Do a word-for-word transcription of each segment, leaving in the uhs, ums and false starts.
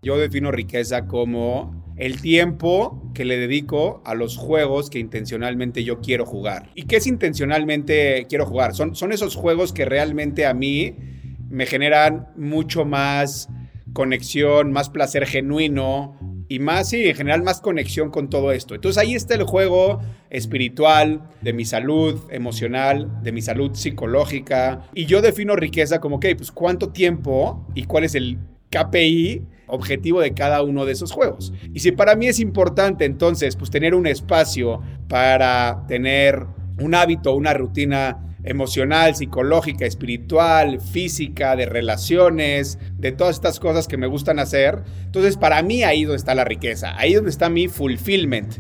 Yo defino riqueza como el tiempo que le dedico a los juegos que intencionalmente yo quiero jugar. ¿Y qué es intencionalmente quiero jugar? Son, son esos juegos que realmente a mí me generan mucho más conexión, más placer genuino y más, sí, en general, más conexión con todo esto. Entonces ahí está el juego espiritual, de mi salud emocional, de mi salud psicológica. Y yo defino riqueza como, ok, pues cuánto tiempo y cuál es el K P I objetivo de cada uno de esos juegos. Y si para mí es importante, entonces, pues tener un espacio para tener un hábito, una rutina emocional, psicológica, espiritual, física, de relaciones, de todas estas cosas que me gustan hacer, entonces para mí ahí es donde está la riqueza, ahí es donde está mi fulfillment.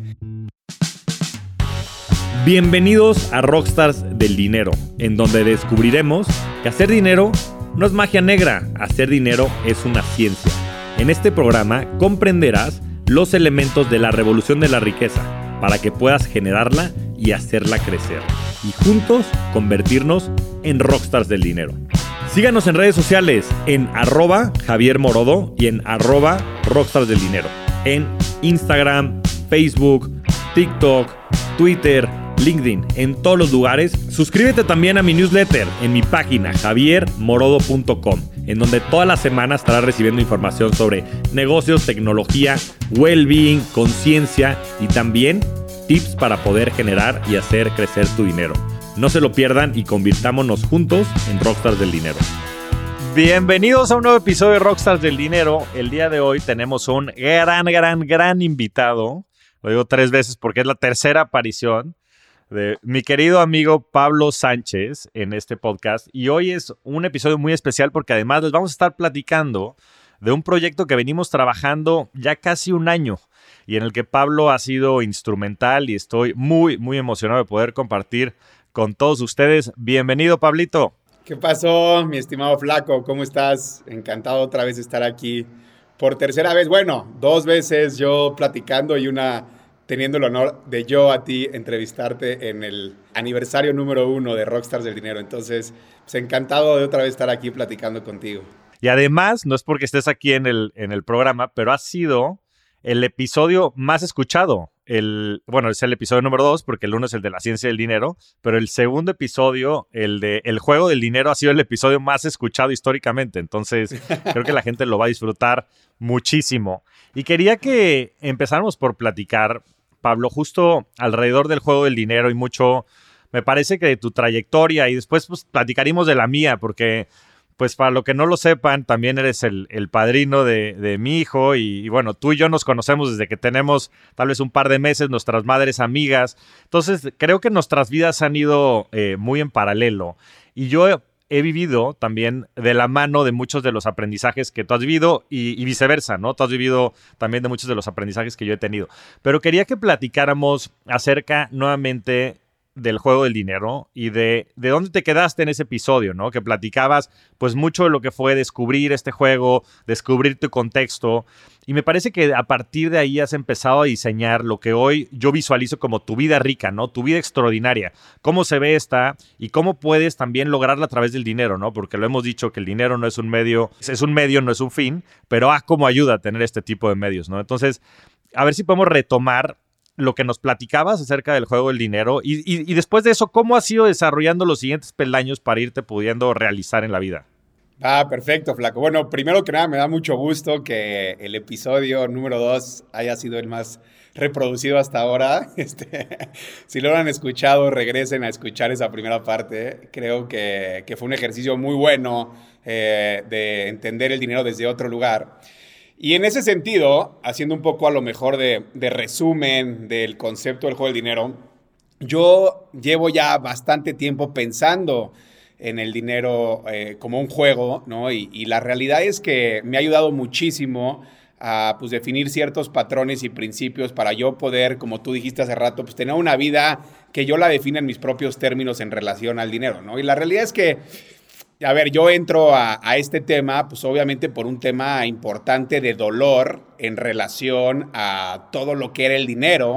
Bienvenidos a Rockstars del Dinero, en donde descubriremos que hacer dinero no es magia negra, hacer dinero es una ciencia. En este programa comprenderás los elementos de la revolución de la riqueza para que puedas generarla y hacerla crecer. Y juntos convertirnos en rockstars del dinero. Síganos en redes sociales en arroba Javier Morodo y en arroba rockstars del dinero. En Instagram, Facebook, TikTok, Twitter, LinkedIn, en todos los lugares. Suscríbete también a mi newsletter en mi página javier morodo punto com, en donde toda la semana estarás recibiendo información sobre negocios, tecnología, well-being, conciencia y también tips para poder generar y hacer crecer tu dinero. No se lo pierdan y convirtámonos juntos en Rockstars del Dinero. Bienvenidos a un nuevo episodio de Rockstars del Dinero. El día de hoy tenemos un gran, gran, gran invitado. Lo digo tres veces porque es la tercera aparición de mi querido amigo Pablo Sánchez en este podcast. Y hoy es un episodio muy especial porque además les vamos a estar platicando de un proyecto que venimos trabajando ya casi un año y en el que Pablo ha sido instrumental y estoy muy, muy emocionado de poder compartir con todos ustedes. Bienvenido, Pablito. ¿Qué pasó, mi estimado Flaco? ¿Cómo estás? Encantado otra vez de estar aquí por tercera vez. Bueno, dos veces yo platicando y una teniendo el honor de yo a ti entrevistarte en el aniversario número uno de Rockstars del Dinero. Entonces, pues encantado de otra vez estar aquí platicando contigo. Y además, no es porque estés aquí en el, en el programa, pero ha sido el episodio más escuchado. El, bueno, es el episodio número dos, porque el uno es el de la ciencia del dinero, pero el segundo episodio, el de el juego del dinero, ha sido el episodio más escuchado históricamente. Entonces, creo que la gente lo va a disfrutar muchísimo. Y quería que empezáramos por platicar, Pablo, justo alrededor del juego del dinero y mucho, me parece que de tu trayectoria, y después pues platicaríamos de la mía, porque pues para lo que no lo sepan, también eres el, el padrino de, de mi hijo y, y bueno, tú y yo nos conocemos desde que tenemos tal vez un par de meses, nuestras madres amigas. Entonces, creo que nuestras vidas han ido eh, muy en paralelo. Y yo he, he vivido también de la mano de muchos de los aprendizajes que tú has vivido y, y viceversa, ¿no? Tú has vivido también de muchos de los aprendizajes que yo he tenido. Pero quería que platicáramos acerca nuevamente del juego del dinero y de, de dónde te quedaste en ese episodio, ¿no? Que platicabas pues mucho de lo que fue descubrir este juego, descubrir tu contexto, y me parece que a partir de ahí has empezado a diseñar lo que hoy yo visualizo como tu vida rica, ¿no? Tu vida extraordinaria, cómo se ve esta y cómo puedes también lograrla a través del dinero, ¿no? Porque lo hemos dicho que el dinero no es un medio, es un medio, no es un fin, pero ah, cómo ayuda a tener este tipo de medios, ¿no? Entonces, a ver si podemos retomar lo que nos platicabas acerca del juego del dinero y, y, y después de eso, ¿cómo has ido desarrollando los siguientes peldaños para irte pudiendo realizar en la vida? Ah, perfecto, Flaco. Bueno, primero que nada, me da mucho gusto que el episodio número dos haya sido el más reproducido hasta ahora. Este, si lo han escuchado, regresen a escuchar esa primera parte. Creo que, que fue un ejercicio muy bueno eh, de entender el dinero desde otro lugar. Y en ese sentido, haciendo un poco a lo mejor de, de resumen del concepto del juego del dinero, yo llevo ya bastante tiempo pensando en el dinero eh, como un juego, ¿no? Y, y la realidad es que me ha ayudado muchísimo a pues, definir ciertos patrones y principios para yo poder, como tú dijiste hace rato, pues tener una vida que yo la defina en mis propios términos en relación al dinero, ¿no? Y la realidad es que, a ver, yo entro a, a este tema, pues obviamente por un tema importante de dolor en relación a todo lo que era el dinero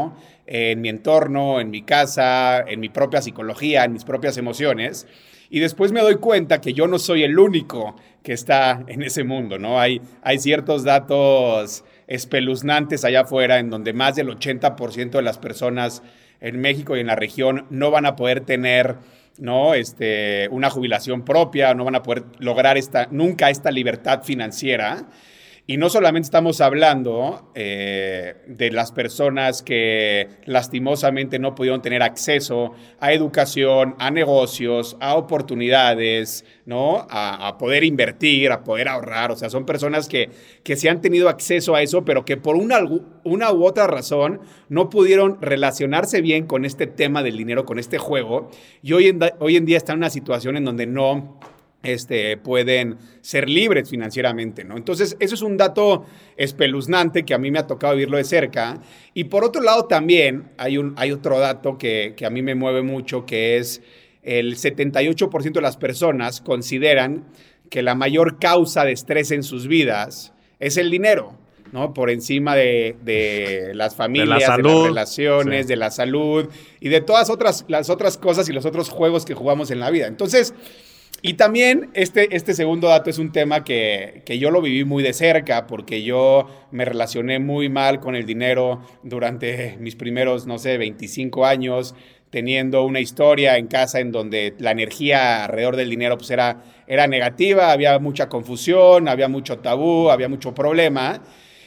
en mi entorno, en mi casa, en mi propia psicología, en mis propias emociones. Y después me doy cuenta que yo no soy el único que está en ese mundo, ¿no? Hay, hay ciertos datos espeluznantes allá afuera en donde más del ochenta por ciento de las personas en México y en la región no van a poder tener, ¿no? este, una jubilación propia, no van a poder lograr esta, nunca esta libertad financiera. Y no solamente estamos hablando eh, de las personas que lastimosamente no pudieron tener acceso a educación, a negocios, a oportunidades, ¿no? A, a poder invertir, a poder ahorrar. O sea, son personas que, que sí han tenido acceso a eso, pero que por una, una u otra razón no pudieron relacionarse bien con este tema del dinero, con este juego. Y hoy en, hoy en día están en una situación en donde no... Este, pueden ser libres financieramente, ¿no? Entonces, eso es un dato espeluznante que a mí me ha tocado vivirlo de cerca. Y por otro lado también hay, un, hay otro dato que, que a mí me mueve mucho, que es el setenta y ocho por ciento de las personas consideran que la mayor causa de estrés en sus vidas es el dinero, ¿no? Por encima de, de las familias, de, la salud, de las relaciones, sí. de la salud y de todas otras, las otras cosas y los otros juegos que jugamos en la vida. Entonces... Y también este, este segundo dato es un tema que, que yo lo viví muy de cerca porque yo me relacioné muy mal con el dinero durante mis primeros, no sé, veinticinco años, teniendo una historia en casa en donde la energía alrededor del dinero pues era, era negativa, había mucha confusión, había mucho tabú, había mucho problema.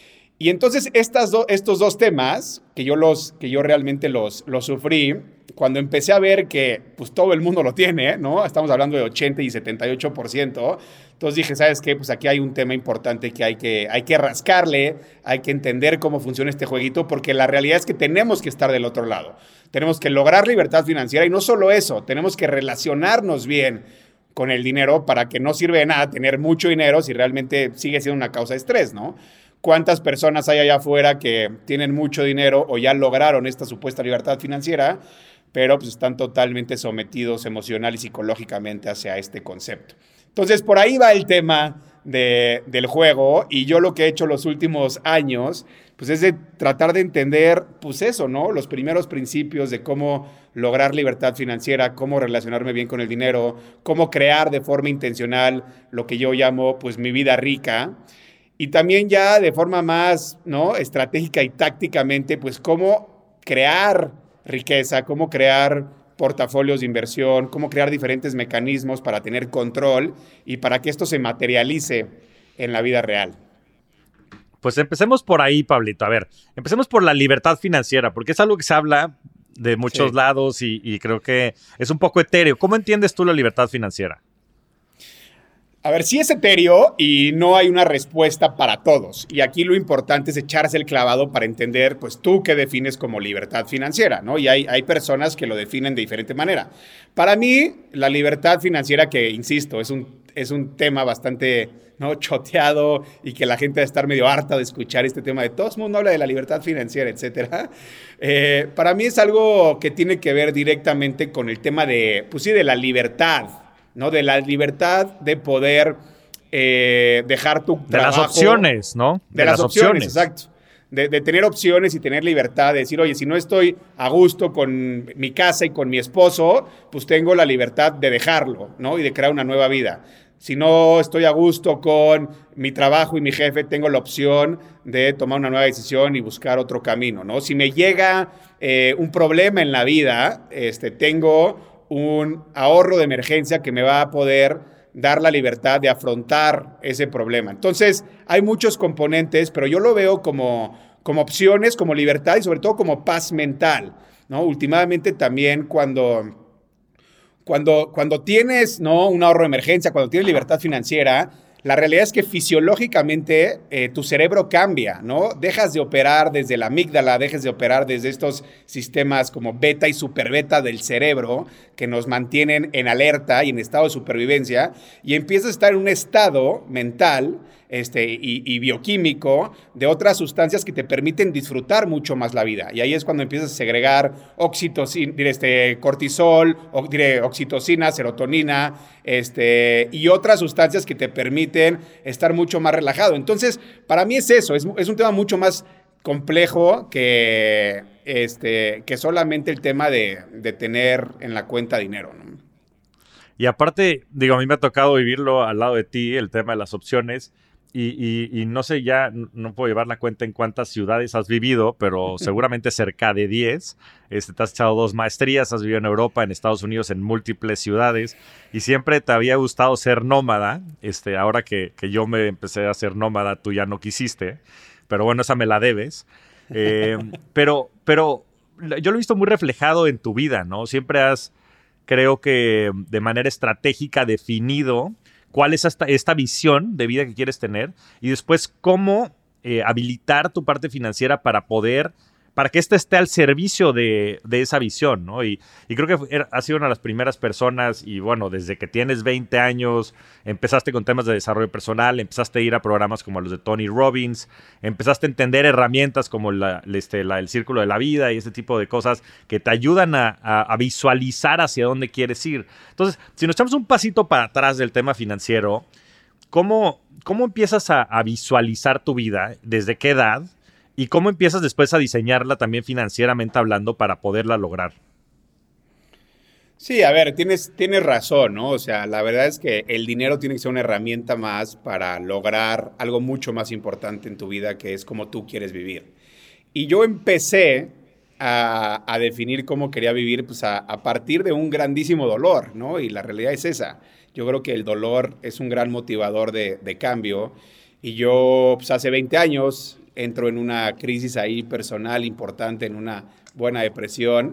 Y entonces estas do, estos dos temas, que yo, los, que yo realmente los, los sufrí, cuando empecé a ver que pues, todo el mundo lo tiene, ¿no? Estamos hablando de ochenta y setenta y ocho por ciento. Entonces dije, ¿sabes qué? Pues aquí hay un tema importante que hay, que hay que rascarle, hay que entender cómo funciona este jueguito, porque la realidad es que tenemos que estar del otro lado. Tenemos que lograr libertad financiera y no solo eso, tenemos que relacionarnos bien con el dinero para que no sirve de nada tener mucho dinero si realmente sigue siendo una causa de estrés, ¿no? ¿Cuántas personas hay allá afuera que tienen mucho dinero o ya lograron esta supuesta libertad financiera, pero pues están totalmente sometidos emocional y psicológicamente hacia este concepto? Entonces, por ahí va el tema de, del juego y yo lo que he hecho los últimos años, pues es de tratar de entender, pues eso, ¿no? Los primeros principios de cómo lograr libertad financiera, cómo relacionarme bien con el dinero, cómo crear de forma intencional lo que yo llamo, pues, mi vida rica. Y también ya de forma más, ¿no? estratégica y tácticamente, pues cómo crear riqueza, cómo crear portafolios de inversión, cómo crear diferentes mecanismos para tener control y para que esto se materialice en la vida real. Pues empecemos por ahí, Pablito. A ver, empecemos por la libertad financiera, porque es algo que se habla de muchos sí. lados y, y creo que es un poco etéreo. ¿Cómo entiendes tú la libertad financiera? A ver, sí es etéreo y no hay una respuesta para todos. Y aquí lo importante es echarse el clavado para entender, pues, tú qué defines como libertad financiera, ¿no? Y hay, hay personas que lo definen de diferente manera. Para mí, la libertad financiera, que, insisto, es un, es un tema bastante, ¿no? choteado y que la gente va a estar medio harta de escuchar este tema de todo el mundo habla de la libertad financiera, etcétera. Eh, para mí es algo que tiene que ver directamente con el tema de, pues sí, de la libertad, ¿no? De la libertad de poder eh, dejar tu de trabajo. De las opciones, ¿no? De, de las, las opciones, opciones, exacto. De, de tener opciones y tener libertad, de decir, oye, si no estoy a gusto con mi casa y con mi esposo, pues tengo la libertad de dejarlo, ¿no? Y de crear una nueva vida. Si no estoy a gusto con mi trabajo y mi jefe, tengo la opción de tomar una nueva decisión y buscar otro camino, ¿no? Si me llega eh, un problema en la vida, este, tengo un ahorro de emergencia que me va a poder dar la libertad de afrontar ese problema. Entonces, hay muchos componentes, pero yo lo veo como, como opciones, como libertad y sobre todo como paz mental, ¿no? Últimamente también cuando, cuando, cuando tienes, ¿no? un ahorro de emergencia, cuando tienes libertad financiera, la realidad es que fisiológicamente eh, tu cerebro cambia, ¿no? Dejas de operar desde la amígdala, dejas de operar desde estos sistemas como beta y superbeta del cerebro que nos mantienen en alerta y en estado de supervivencia y empiezas a estar en un estado mental este, y, y bioquímico de otras sustancias que te permiten disfrutar mucho más la vida. Y ahí es cuando empiezas a segregar oxitocina, este, cortisol, o, diré, oxitocina, serotonina este, y otras sustancias que te permiten estar mucho más relajado. Entonces, para mí es eso, es, es un tema mucho más complejo que, este, que solamente el tema de, de tener en la cuenta dinero, ¿no? Y aparte, digo, a mí me ha tocado vivirlo al lado de ti, el tema de las opciones. Y, y, y no sé, ya no puedo llevar la cuenta en cuántas ciudades has vivido, pero seguramente cerca de diez. Este, te has echado dos maestrías, has vivido en Europa, en Estados Unidos, en múltiples ciudades. Y siempre te había gustado ser nómada. Este, ahora que, que yo me empecé a ser nómada, tú ya no quisiste. Pero bueno, esa me la debes. Eh, pero, pero yo lo he visto muy reflejado en tu vida, ¿no? Siempre has, creo que de manera estratégica, definido cuál es esta, esta visión de vida que quieres tener y después cómo eh, habilitar tu parte financiera para poder, para que ésta esté al servicio de, de esa visión, ¿no? Y, y creo que has sido una de las primeras personas y bueno, desde que tienes veinte años, empezaste con temas de desarrollo personal, empezaste a ir a programas como los de Tony Robbins, empezaste a entender herramientas como la, este, la, el círculo de la vida y ese tipo de cosas que te ayudan a, a, a visualizar hacia dónde quieres ir. Entonces, si nos echamos un pasito para atrás del tema financiero, ¿cómo, cómo empiezas a, a visualizar tu vida? ¿Desde qué edad? ¿Y cómo empiezas después a diseñarla también financieramente hablando para poderla lograr? Sí, a ver, tienes, tienes razón, ¿no? O sea, la verdad es que el dinero tiene que ser una herramienta más para lograr algo mucho más importante en tu vida, que es cómo tú quieres vivir. Y yo empecé a, a definir cómo quería vivir pues a, a partir de un grandísimo dolor, ¿no? Y la realidad es esa. Yo creo que el dolor es un gran motivador de, de cambio. Y yo, pues hace veinte años, entro en una crisis ahí personal importante, en una buena depresión.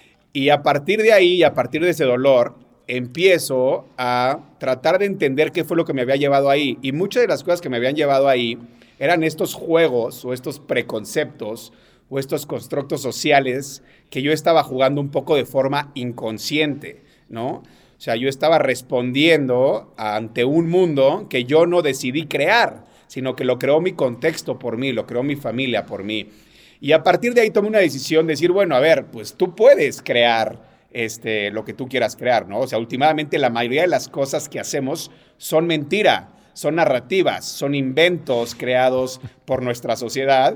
Y a partir de ahí, a partir de ese dolor, empiezo a tratar de entender qué fue lo que me había llevado ahí. Y muchas de las cosas que me habían llevado ahí eran estos juegos o estos preconceptos o estos constructos sociales que yo estaba jugando un poco de forma inconsciente, ¿no? O sea, yo estaba respondiendo ante un mundo que yo no decidí crear, sino que lo creó mi contexto por mí, lo creó mi familia por mí. Y a partir de ahí tomé una decisión de decir, bueno, a ver, pues tú puedes crear este, lo que tú quieras crear, ¿no? O sea, últimamente la mayoría de las cosas que hacemos son mentira, son narrativas, son inventos creados por nuestra sociedad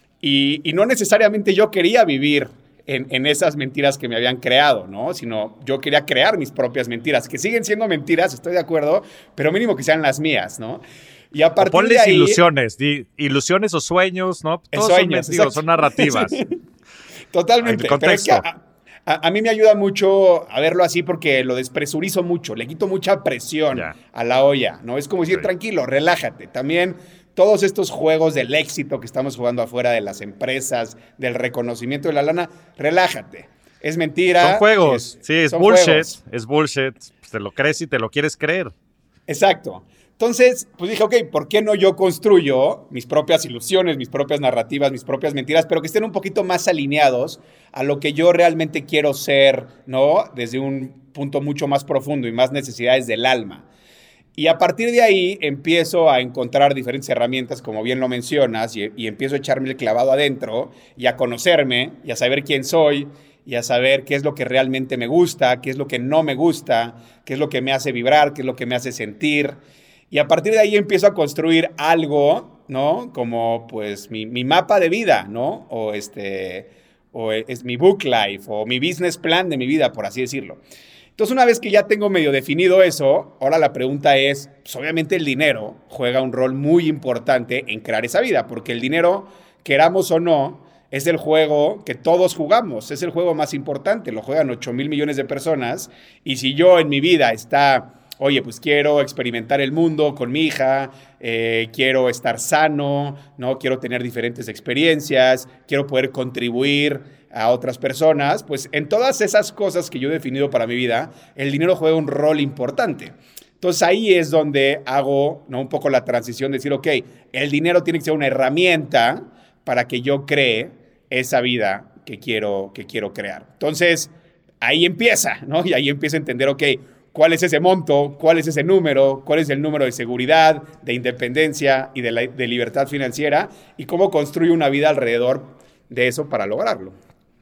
y, y no necesariamente yo quería vivir en, en esas mentiras que me habían creado, ¿no? Sino yo quería crear mis propias mentiras, que siguen siendo mentiras, estoy de acuerdo, pero mínimo que sean las mías, ¿no? Y a partir o ponles de ahí, ilusiones, di, ilusiones o sueños, ¿no? Todos sueños, son mentiras, son narrativas. Totalmente. Pero es que a, a, a mí me ayuda mucho a verlo así porque lo despresurizo mucho, le quito mucha presión yeah. a la olla, ¿no? Es como decir, sí. tranquilo, relájate. También todos estos juegos del éxito que estamos jugando afuera de las empresas, del reconocimiento de la lana, relájate. Es mentira. Son juegos. Es, sí, es bullshit. Juegos. Es bullshit. Pues te lo crees y te lo quieres creer. Exacto. Entonces, pues dije, ok, ¿por qué no yo construyo mis propias ilusiones, mis propias narrativas, mis propias mentiras, pero que estén un poquito más alineados a lo que yo realmente quiero ser, ¿no? Desde un punto mucho más profundo y más necesidades del alma. Y a partir de ahí empiezo a encontrar diferentes herramientas, como bien lo mencionas, y, y empiezo a echarme el clavado adentro y a conocerme y a saber quién soy y a saber qué es lo que realmente me gusta, qué es lo que no me gusta, qué es lo que me hace vibrar, qué es lo que me hace sentir. Y a partir de ahí empiezo a construir algo, ¿no? Como pues mi, mi mapa de vida, ¿no? O, este, o es mi book life o mi business plan de mi vida, por así decirlo. Entonces, una vez que ya tengo medio definido eso, ahora la pregunta es, pues obviamente el dinero juega un rol muy importante en crear esa vida, porque el dinero, queramos o no, es el juego que todos jugamos, es el juego más importante, lo juegan ocho mil millones de personas, y si yo en mi vida está... Oye, pues quiero experimentar el mundo con mi hija, eh, quiero estar sano, ¿no? Quiero tener diferentes experiencias, quiero poder contribuir a otras personas. Pues en todas esas cosas que yo he definido para mi vida, el dinero juega un rol importante. Entonces ahí es donde hago, ¿no? un poco la transición de decir, ok, el dinero tiene que ser una herramienta para que yo cree esa vida que quiero, que quiero crear. Entonces ahí empieza, ¿no? Y ahí empiezo a entender, ok, ¿cuál es ese monto? ¿Cuál es ese número? ¿Cuál es el número de seguridad, de independencia y de, la, de libertad financiera? ¿Y cómo construyo una vida alrededor de eso para lograrlo?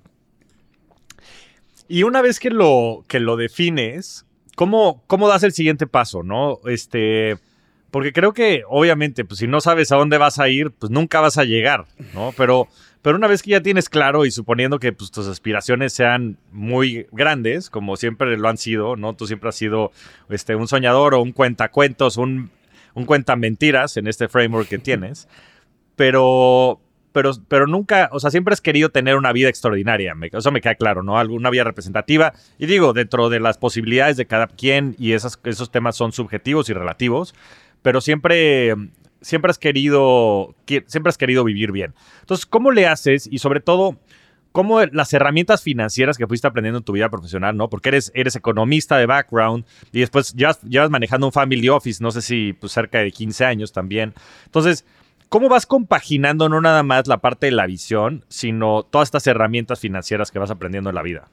Y una vez que lo, que lo defines, ¿cómo, cómo das el siguiente paso, no? Este, Porque creo que, obviamente, pues si no sabes a dónde vas a ir, pues nunca vas a llegar, ¿no? Pero, pero una vez que ya tienes claro y suponiendo que pues, tus aspiraciones sean muy grandes, como siempre lo han sido, ¿no? Tú siempre has sido este, un soñador o un cuentacuentos, un, un cuentamentiras en este framework que tienes, pero... Pero, pero nunca, o sea, siempre has querido tener una vida extraordinaria, me, eso me queda claro, ¿no? Alguna vida representativa. Y digo, dentro de las posibilidades de cada quien, y esas, esos temas son subjetivos y relativos, pero siempre, siempre has querido, siempre has querido vivir bien. Entonces, ¿cómo le haces? Y sobre todo, ¿cómo las herramientas financieras que fuiste aprendiendo en tu vida profesional, ¿no? Porque eres, eres economista de background y después llevas, llevas manejando un family office, no sé si pues, cerca de quince años también. Entonces, ¿cómo vas compaginando no nada más la parte de la visión, sino todas estas herramientas financieras que vas aprendiendo en la vida?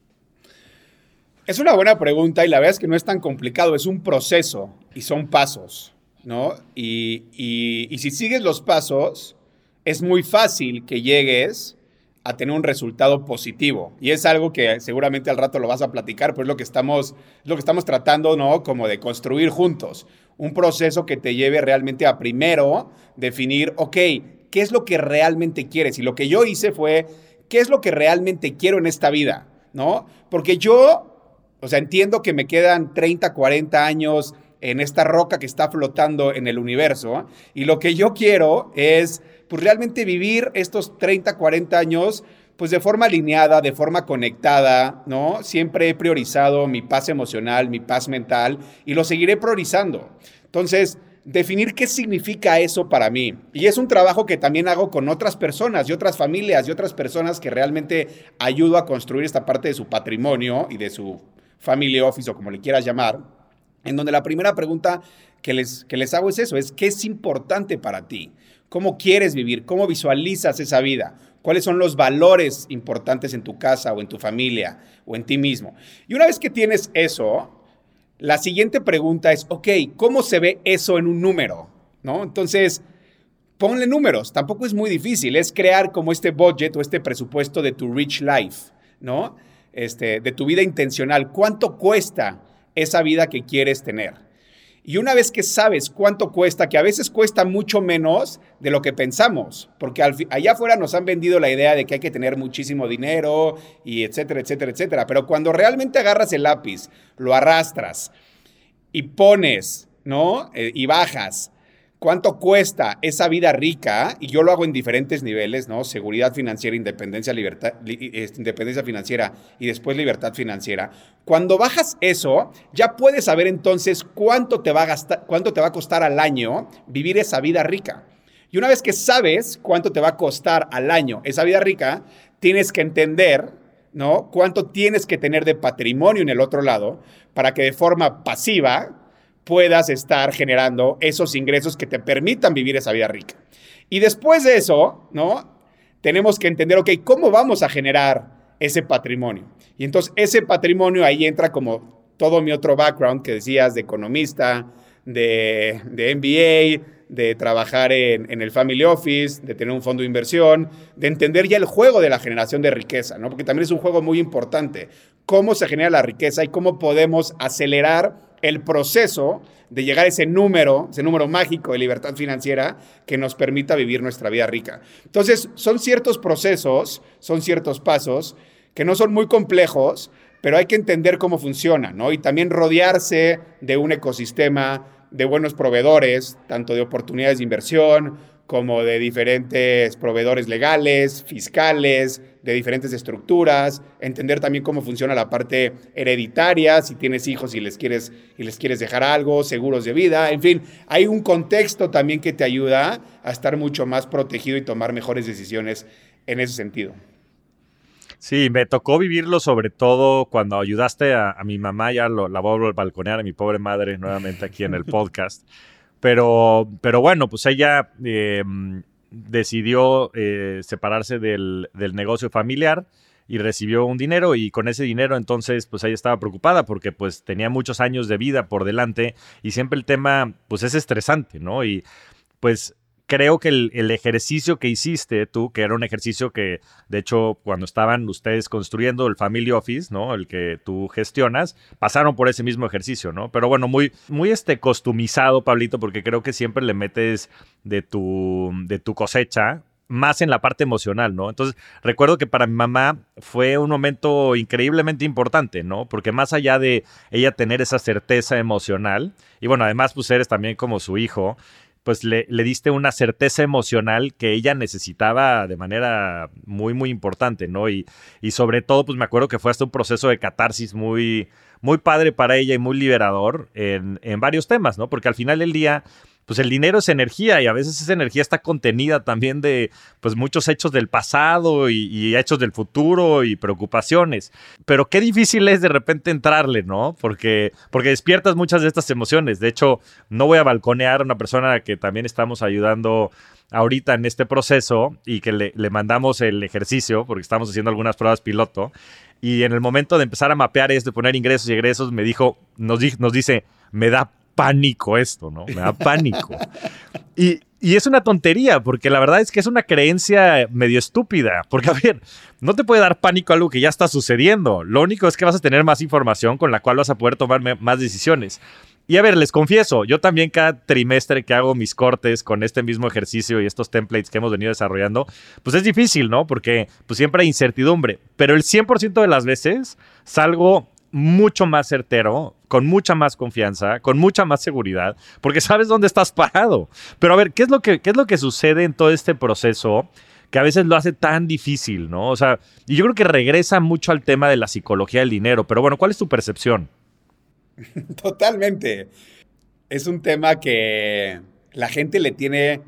Es una buena pregunta y la verdad es que no es tan complicado, es un proceso y son pasos, ¿no? Y, y, y si sigues los pasos, es muy fácil que llegues a tener un resultado positivo. Y es algo que seguramente al rato lo vas a platicar, pero es lo que estamos, es lo que estamos tratando, ¿no? Como de construir juntos. Un proceso que te lleve realmente a primero definir, ok, ¿qué es lo que realmente quieres? Y lo que yo hice fue, ¿qué es lo que realmente quiero en esta vida? ¿No? Porque yo, o sea, entiendo que me quedan treinta, cuarenta años en esta roca que está flotando en el universo, y lo que yo quiero es, pues, realmente vivir estos treinta, cuarenta años, pues, de forma alineada, de forma conectada, ¿no? Siempre he priorizado mi paz emocional, mi paz mental, y lo seguiré priorizando. Entonces, definir qué significa eso para mí. Y es un trabajo que también hago con otras personas y otras familias y otras personas que realmente ayudo a construir esta parte de su patrimonio y de su family office o como le quieras llamar, en donde la primera pregunta que les, que les hago es eso, es ¿qué es importante para ti? ¿Cómo quieres vivir? ¿Cómo visualizas esa vida? ¿Cuáles son los valores importantes en tu casa o en tu familia o en ti mismo? Y una vez que tienes eso, la siguiente pregunta es, ok, ¿cómo se ve eso en un número? ¿No? Entonces, ponle números. Tampoco es muy difícil. Es crear como este budget o este presupuesto de tu rich life, ¿no? Este, de tu vida intencional. ¿Cuánto cuesta esa vida que quieres tener? Y una vez que sabes cuánto cuesta, que a veces cuesta mucho menos de lo que pensamos, porque al, allá afuera nos han vendido la idea de que hay que tener muchísimo dinero y etcétera, etcétera, etcétera. Pero cuando realmente agarras el lápiz, lo arrastras y pones, ¿no? Eh, y bajas cuánto cuesta esa vida rica, y yo lo hago en diferentes niveles, ¿no? Seguridad financiera, independencia, libertad, independencia financiera y después libertad financiera. Cuando bajas eso, ya puedes saber entonces cuánto te va a gastar, cuánto te va a costar al año vivir esa vida rica. Y una vez que sabes cuánto te va a costar al año esa vida rica, tienes que entender, ¿no? Cuánto tienes que tener de patrimonio en el otro lado para que de forma pasiva puedas estar generando esos ingresos que te permitan vivir esa vida rica. Y después de eso, ¿no? Tenemos que entender, ok, ¿cómo vamos a generar ese patrimonio? Y entonces ese patrimonio ahí entra como todo mi otro background que decías de economista, de, de M B A, de trabajar en, en el family office, de tener un fondo de inversión, de entender ya el juego de la generación de riqueza, ¿no? Porque también es un juego muy importante. Cómo se genera la riqueza y cómo podemos acelerar el proceso de llegar a ese número, ese número mágico de libertad financiera que nos permita vivir nuestra vida rica. Entonces, son ciertos procesos, son ciertos pasos que no son muy complejos, pero hay que entender cómo funcionan, ¿no? Y también rodearse de un ecosistema de buenos proveedores, tanto de oportunidades de inversión como de diferentes proveedores legales, fiscales, de diferentes estructuras, entender también cómo funciona la parte hereditaria, si tienes hijos y les quieres, y les quieres dejar algo, seguros de vida, en fin, hay un contexto también que te ayuda a estar mucho más protegido y tomar mejores decisiones en ese sentido. Sí, me tocó vivirlo sobre todo cuando ayudaste a, a mi mamá, ya lo, la voy a balconear a mi pobre madre nuevamente aquí en el podcast. Pero, pero bueno, pues ella eh, decidió eh, separarse del, del negocio familiar y recibió un dinero, y con ese dinero entonces pues ella estaba preocupada porque pues tenía muchos años de vida por delante y siempre el tema pues es estresante, ¿no? Y pues creo que el, el ejercicio que hiciste tú, que era un ejercicio que, de hecho, cuando estaban ustedes construyendo el Family Office, ¿no? El que tú gestionas, pasaron por ese mismo ejercicio, ¿no? Pero bueno, muy, muy este, customizado, Pablito, porque creo que siempre le metes de tu, de tu cosecha, más en la parte emocional, ¿no? Entonces, recuerdo que para mi mamá fue un momento increíblemente importante, ¿no? Porque más allá de ella tener esa certeza emocional, y bueno, además, pues eres también como su hijo, pues le, le diste una certeza emocional que ella necesitaba de manera muy, muy importante, ¿no? Y, y sobre todo, pues me acuerdo que fue hasta un proceso de catarsis muy, muy padre para ella y muy liberador en, en varios temas, ¿no? Porque al final del día, pues el dinero es energía y a veces esa energía está contenida también de pues muchos hechos del pasado y, y hechos del futuro y preocupaciones. Pero qué difícil es de repente entrarle, ¿no? Porque, porque despiertas muchas de estas emociones. De hecho, no voy a balconear a una persona que también estamos ayudando ahorita en este proceso y que le, le mandamos el ejercicio porque estamos haciendo algunas pruebas piloto. Y en el momento de empezar a mapear esto, de poner ingresos y egresos, me dijo, nos, di, nos dice, me da pánico esto, ¿no? Me da pánico. Y, y es una tontería, porque la verdad es que es una creencia medio estúpida. Porque, a ver, no te puede dar pánico algo que ya está sucediendo. Lo único es que vas a tener más información con la cual vas a poder tomar más decisiones. Y a ver, les confieso, yo también cada trimestre que hago mis cortes con este mismo ejercicio y estos templates que hemos venido desarrollando, pues es difícil, ¿no? Porque pues siempre hay incertidumbre. Pero el cien por ciento de las veces salgo mucho más certero, con mucha más confianza, con mucha más seguridad, porque sabes dónde estás parado. Pero a ver, ¿qué es lo que, qué es lo que sucede en todo este proceso que a veces lo hace tan difícil, ¿no? O sea, y yo creo que regresa mucho al tema de la psicología del dinero, pero bueno, ¿cuál es tu percepción? Totalmente. Es un tema que la gente le tiene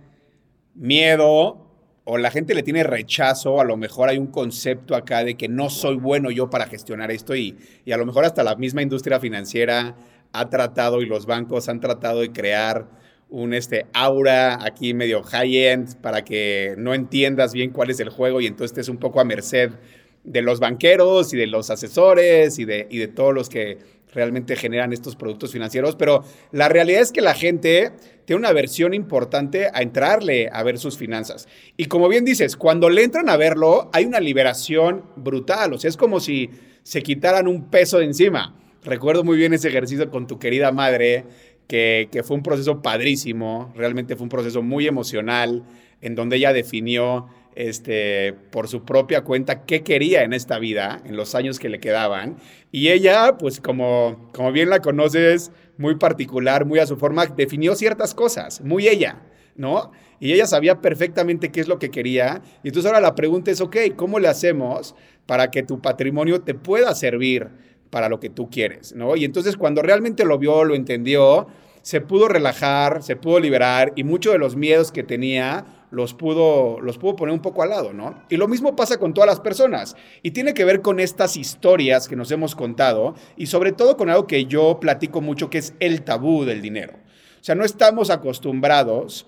miedo o la gente le tiene rechazo. A lo mejor hay un concepto acá de que no soy bueno yo para gestionar esto y, y a lo mejor hasta la misma industria financiera ha tratado y los bancos han tratado de crear un este, aura aquí medio high-end para que no entiendas bien cuál es el juego y entonces estés un poco a merced de los banqueros y de los asesores y de, y de todos los que realmente generan estos productos financieros, pero la realidad es que la gente tiene una aversión importante a entrarle a ver sus finanzas. Y como bien dices, cuando le entran a verlo, hay una liberación brutal, o sea, es como si se quitaran un peso de encima. Recuerdo muy bien ese ejercicio con tu querida madre, que, que fue un proceso padrísimo, realmente fue un proceso muy emocional, en donde ella definió Este, por su propia cuenta qué quería en esta vida, en los años que le quedaban. Y ella, pues como, como bien la conoces, muy particular, muy a su forma, definió ciertas cosas, muy ella, ¿no? Y ella sabía perfectamente qué es lo que quería. Y entonces ahora la pregunta es, ok, ¿cómo le hacemos para que tu patrimonio te pueda servir para lo que tú quieres, ¿no? Y entonces cuando realmente lo vio, lo entendió, se pudo relajar, se pudo liberar y muchos de los miedos que tenía los pudo, los pudo poner un poco al lado, ¿no? Y lo mismo pasa con todas las personas. Y tiene que ver con estas historias que nos hemos contado y sobre todo con algo que yo platico mucho, que es el tabú del dinero. O sea, no estamos acostumbrados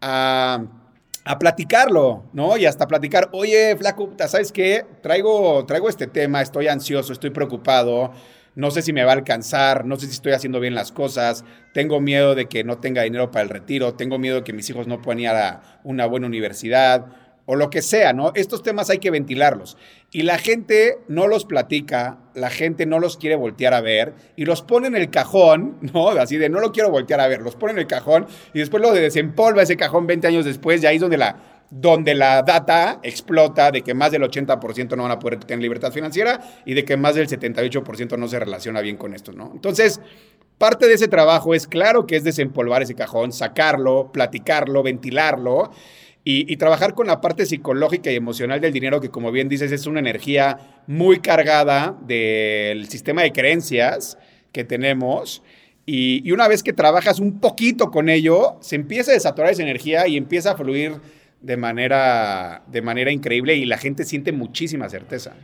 a, a platicarlo, ¿no? Y hasta platicar, oye, flaco, ¿sabes qué? Traigo, traigo este tema, estoy ansioso, estoy preocupado, no sé si me va a alcanzar, no sé si estoy haciendo bien las cosas, tengo miedo de que no tenga dinero para el retiro, tengo miedo de que mis hijos no puedan ir a una buena universidad o lo que sea, ¿no? Estos temas hay que ventilarlos. Y la gente no los platica, la gente no los quiere voltear a ver y los pone en el cajón, ¿no? Así de no lo quiero voltear a ver, los pone en el cajón y después lo desempolva ese cajón veinte años después y ahí es donde la... donde la data explota de que más del ochenta por ciento no van a poder tener libertad financiera y de que más del setenta y ocho por ciento no se relaciona bien con esto, ¿no? Entonces, parte de ese trabajo es claro que es desempolvar ese cajón, sacarlo, platicarlo, ventilarlo y, y trabajar con la parte psicológica y emocional del dinero que, como bien dices, es una energía muy cargada del sistema de creencias que tenemos. Y, y una vez que trabajas un poquito con ello, se empieza a desatorar esa energía y empieza a fluir de manera, de manera increíble y la gente siente muchísima certeza.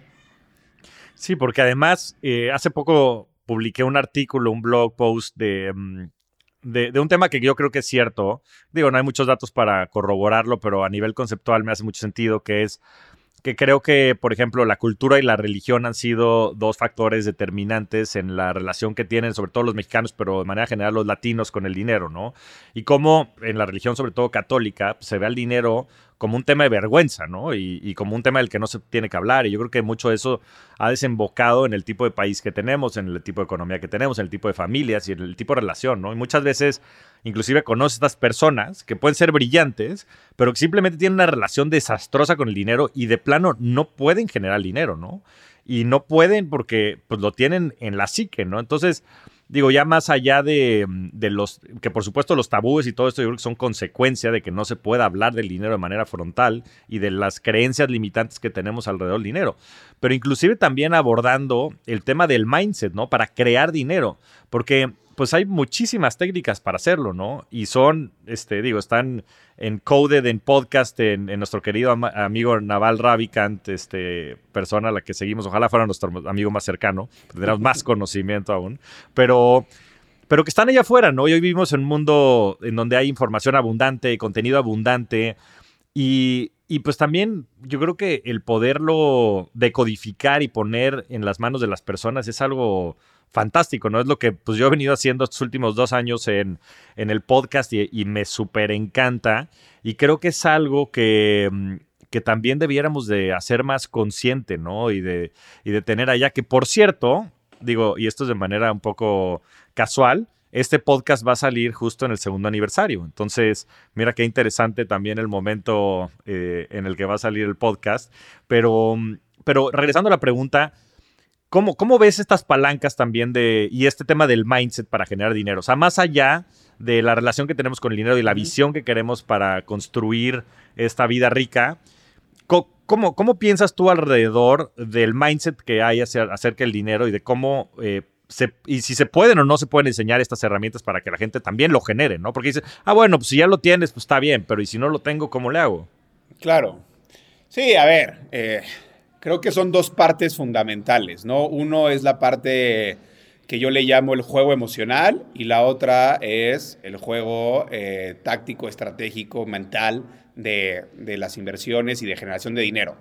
Sí, porque además eh, hace poco publiqué un artículo, un blog post de, de, de un tema que yo creo que es cierto. Digo, no hay muchos datos para corroborarlo, pero a nivel conceptual me hace mucho sentido, que es que creo que, por ejemplo, la cultura y la religión han sido dos factores determinantes en la relación que tienen, sobre todo los mexicanos, pero de manera general los latinos con el dinero, ¿no? Y cómo en la religión, sobre todo católica, se ve al dinero como un tema de vergüenza, ¿no? Y, y como un tema del que no se tiene que hablar. Y yo creo que mucho de eso ha desembocado en el tipo de país que tenemos, en el tipo de economía que tenemos, en el tipo de familias y en el tipo de relación, ¿no? Y muchas veces, inclusive conoces a estas personas que pueden ser brillantes, pero que simplemente tienen una relación desastrosa con el dinero y de plano no pueden generar dinero, ¿no? Y no pueden porque pues lo tienen en la psique, ¿no? Entonces, digo, ya más allá de, de los, que por supuesto los tabúes y todo esto yo creo que son consecuencia de que no se pueda hablar del dinero de manera frontal y de las creencias limitantes que tenemos alrededor del dinero. Pero inclusive también abordando el tema del mindset, ¿no? Para crear dinero, porque pues hay muchísimas técnicas para hacerlo, ¿no? Y son, este, digo, están encoded en podcast en, en nuestro querido am- amigo Naval Ravikant, este, persona a la que seguimos. Ojalá fuera nuestro amigo más cercano, tendríamos más conocimiento aún. Pero, pero que están allá afuera, ¿no? Y hoy vivimos en un mundo en donde hay información abundante, contenido abundante. Y, y pues también yo creo que el poderlo decodificar y poner en las manos de las personas es algo fantástico, ¿no? Es lo que pues yo he venido haciendo estos últimos dos años en, en el podcast y, y me súper encanta. Y creo que es algo que, que también debiéramos de hacer más consciente, ¿no? Y de, y de tener allá, que por cierto, digo, y esto es de manera un poco casual, este podcast va a salir justo en el segundo aniversario. Entonces, mira qué interesante también el momento eh, en el que va a salir el podcast. Pero, pero regresando a la pregunta, ¿Cómo, ¿Cómo ves estas palancas también de y este tema del mindset para generar dinero? O sea, más allá de la relación que tenemos con el dinero y la uh-huh. visión que queremos para construir esta vida rica, ¿cómo, cómo, cómo piensas tú alrededor del mindset que hay hacia, acerca del dinero y de cómo eh, se, y si se pueden o no se pueden enseñar estas herramientas para que la gente también lo genere, ¿no? Porque dices, ah, bueno, pues si ya lo tienes, pues está bien, pero ¿y si no lo tengo, cómo le hago? Claro. Sí, a ver, eh... creo que son dos partes fundamentales, ¿no? Uno es la parte que yo le llamo el juego emocional y la otra es el juego eh, táctico, estratégico, mental de, de las inversiones y de generación de dinero.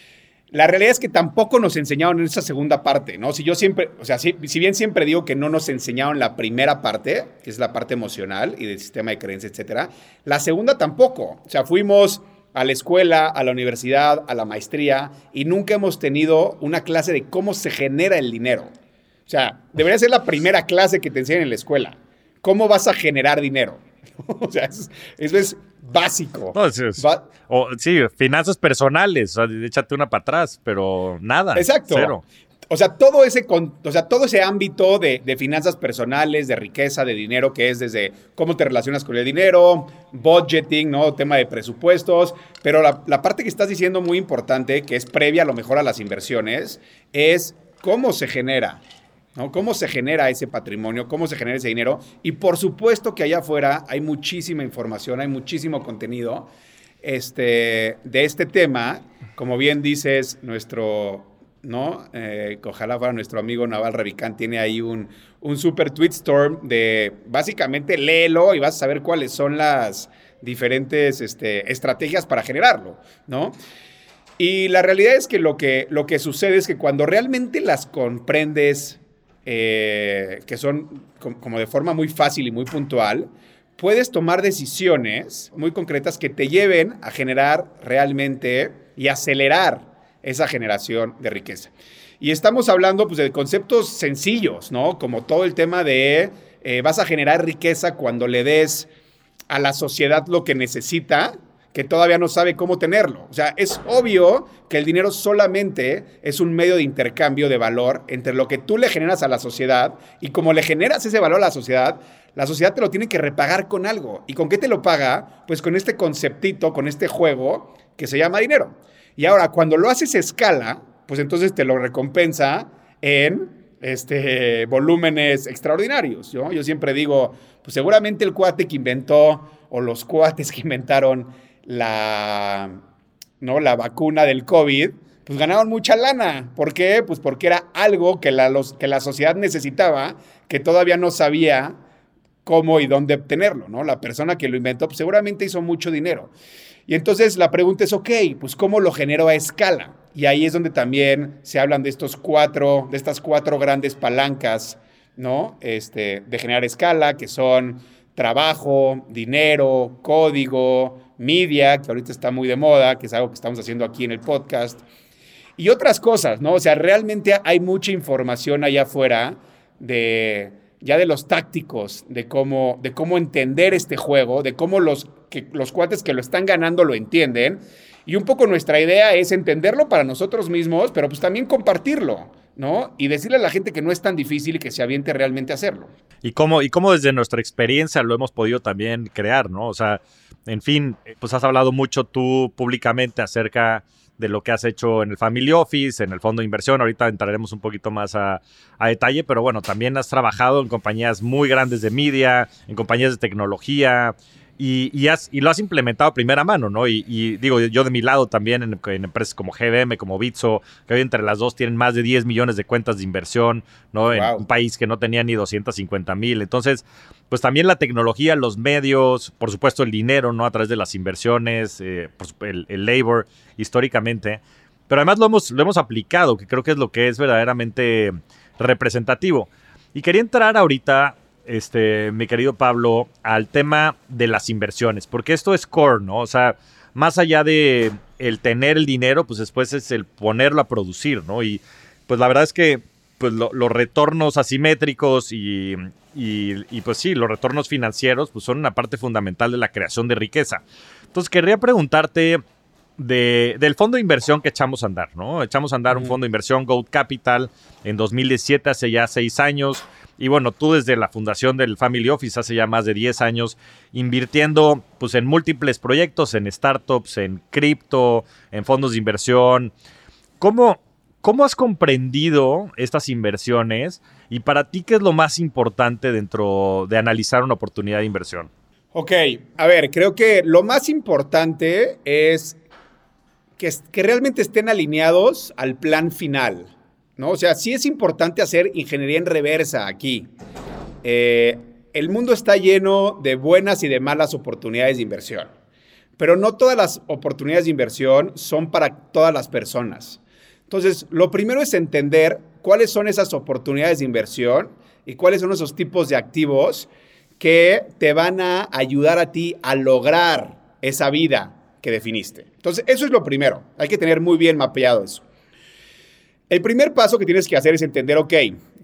La realidad es que tampoco nos enseñaron en esa segunda parte, ¿no? Si yo siempre, o sea, si, si bien siempre digo que no nos enseñaron la primera parte, que es la parte emocional y del sistema de creencias, etcétera, la segunda tampoco. O sea, fuimos a la escuela, a la universidad, a la maestría, y nunca hemos tenido una clase de cómo se genera el dinero. O sea, debería ser la primera clase que te enseñan en la escuela. ¿Cómo vas a generar dinero? O sea, eso, eso es básico. No, es, es, Va- o, sí, finanzas personales, o sea, échate una para atrás, pero nada. Exacto. Cero. O sea, todo ese, o sea, todo ese ámbito de, de finanzas personales, de riqueza, de dinero, que es desde cómo te relacionas con el dinero, budgeting, ¿no? Tema de presupuestos. Pero la, la parte que estás diciendo muy importante, que es previa a lo mejor a las inversiones, es cómo se genera, ¿no? Cómo se genera ese patrimonio, cómo se genera ese dinero. Y por supuesto que allá afuera hay muchísima información, hay muchísimo contenido este, de este tema. Como bien dices, nuestro... ¿no? Eh, ojalá fuera nuestro amigo Naval Ravikant, tiene ahí un, un super tweet storm de básicamente léelo y vas a saber cuáles son las diferentes este, estrategias para generarlo, ¿no? Y la realidad es que lo que, lo que sucede es que cuando realmente las comprendes, eh, que son como de forma muy fácil y muy puntual, puedes tomar decisiones muy concretas que te lleven a generar realmente y acelerar esa generación de riqueza. Y estamos hablando pues, de conceptos sencillos, ¿no? Como todo el tema de eh, vas a generar riqueza cuando le des a la sociedad lo que necesita, que todavía no sabe cómo tenerlo. O sea, es obvio que el dinero solamente es un medio de intercambio de valor entre lo que tú le generas a la sociedad y como le generas ese valor a la sociedad, la sociedad te lo tiene que repagar con algo. ¿Y con qué te lo paga? Pues con este conceptito, con este juego que se llama dinero. Y ahora, cuando lo haces a escala, pues entonces te lo recompensa en este, volúmenes extraordinarios, ¿no? Yo siempre digo, pues seguramente el cuate que inventó, o los cuates que inventaron la, ¿no? la vacuna del COVID, pues ganaron mucha lana. ¿Por qué? Pues porque era algo que la, los, que la sociedad necesitaba, que todavía no sabía cómo y dónde obtenerlo, ¿no? La persona que lo inventó, pues seguramente hizo mucho dinero. Y entonces la pregunta es, ok, pues ¿cómo lo genero a escala? Y ahí es donde también se hablan de estos cuatro, de estas cuatro grandes palancas, ¿no? Este, de generar escala, que son trabajo, dinero, código, media, que ahorita está muy de moda, que es algo que estamos haciendo aquí en el podcast, y otras cosas, ¿no? O sea, realmente hay mucha información allá afuera de ya de los tácticos, de cómo, de cómo entender este juego, de cómo los, que, los cuates que lo están ganando lo entienden. Y un poco nuestra idea es entenderlo para nosotros mismos, pero pues también compartirlo, ¿no? Y decirle a la gente que no es tan difícil y que se aviente realmente a hacerlo. Y cómo, y cómo desde nuestra experiencia lo hemos podido también crear, ¿no? O sea, en fin, pues has hablado mucho tú públicamente acerca de lo que has hecho en el Family Office, en el fondo de inversión. Ahorita entraremos un poquito más a, a detalle, pero bueno, también has trabajado en compañías muy grandes de media, en compañías de tecnología, y, y, has, y lo has implementado a primera mano, ¿no? Y, y digo, yo de mi lado también en, en empresas como G B M, como Bitso, que hoy entre las dos tienen más de diez millones de cuentas de inversión, ¿no? Wow. En un país que no tenía ni doscientos cincuenta mil. Entonces, pues también la tecnología, los medios, por supuesto el dinero, ¿no? A través de las inversiones, eh, el, el labor, históricamente. Pero además lo hemos, lo hemos aplicado, que creo que es lo que es verdaderamente representativo. Y quería entrar ahorita, este, mi querido Pablo, al tema de las inversiones, porque esto es core, ¿no? O sea, más allá de el tener el dinero, pues después es el ponerlo a producir, ¿no? Y pues la verdad es que pues lo, los retornos asimétricos y, y, y pues sí, los retornos financieros pues son una parte fundamental de la creación de riqueza. Entonces querría preguntarte de, del fondo de inversión que echamos a andar, ¿no? Echamos a andar uh-huh. un fondo de inversión, Goat Capital, en dos mil diecisiete, hace ya seis años. Y bueno, tú desde la fundación del Family Office hace ya más de diez años, invirtiendo pues en múltiples proyectos, en startups, en cripto, en fondos de inversión. ¿Cómo, cómo has comprendido estas inversiones? Y para ti, ¿qué es lo más importante dentro de analizar una oportunidad de inversión? Ok, a ver, creo que lo más importante es que, que realmente estén alineados al plan final, ¿no? O sea, sí es importante hacer ingeniería en reversa aquí. Eh, el mundo está lleno de buenas y de malas oportunidades de inversión, pero no todas las oportunidades de inversión son para todas las personas. Entonces, lo primero es entender cuáles son esas oportunidades de inversión y cuáles son esos tipos de activos que te van a ayudar a ti a lograr esa vida que definiste. Entonces, eso es lo primero. Hay que tener muy bien mapeado eso. El primer paso que tienes que hacer es entender, ok,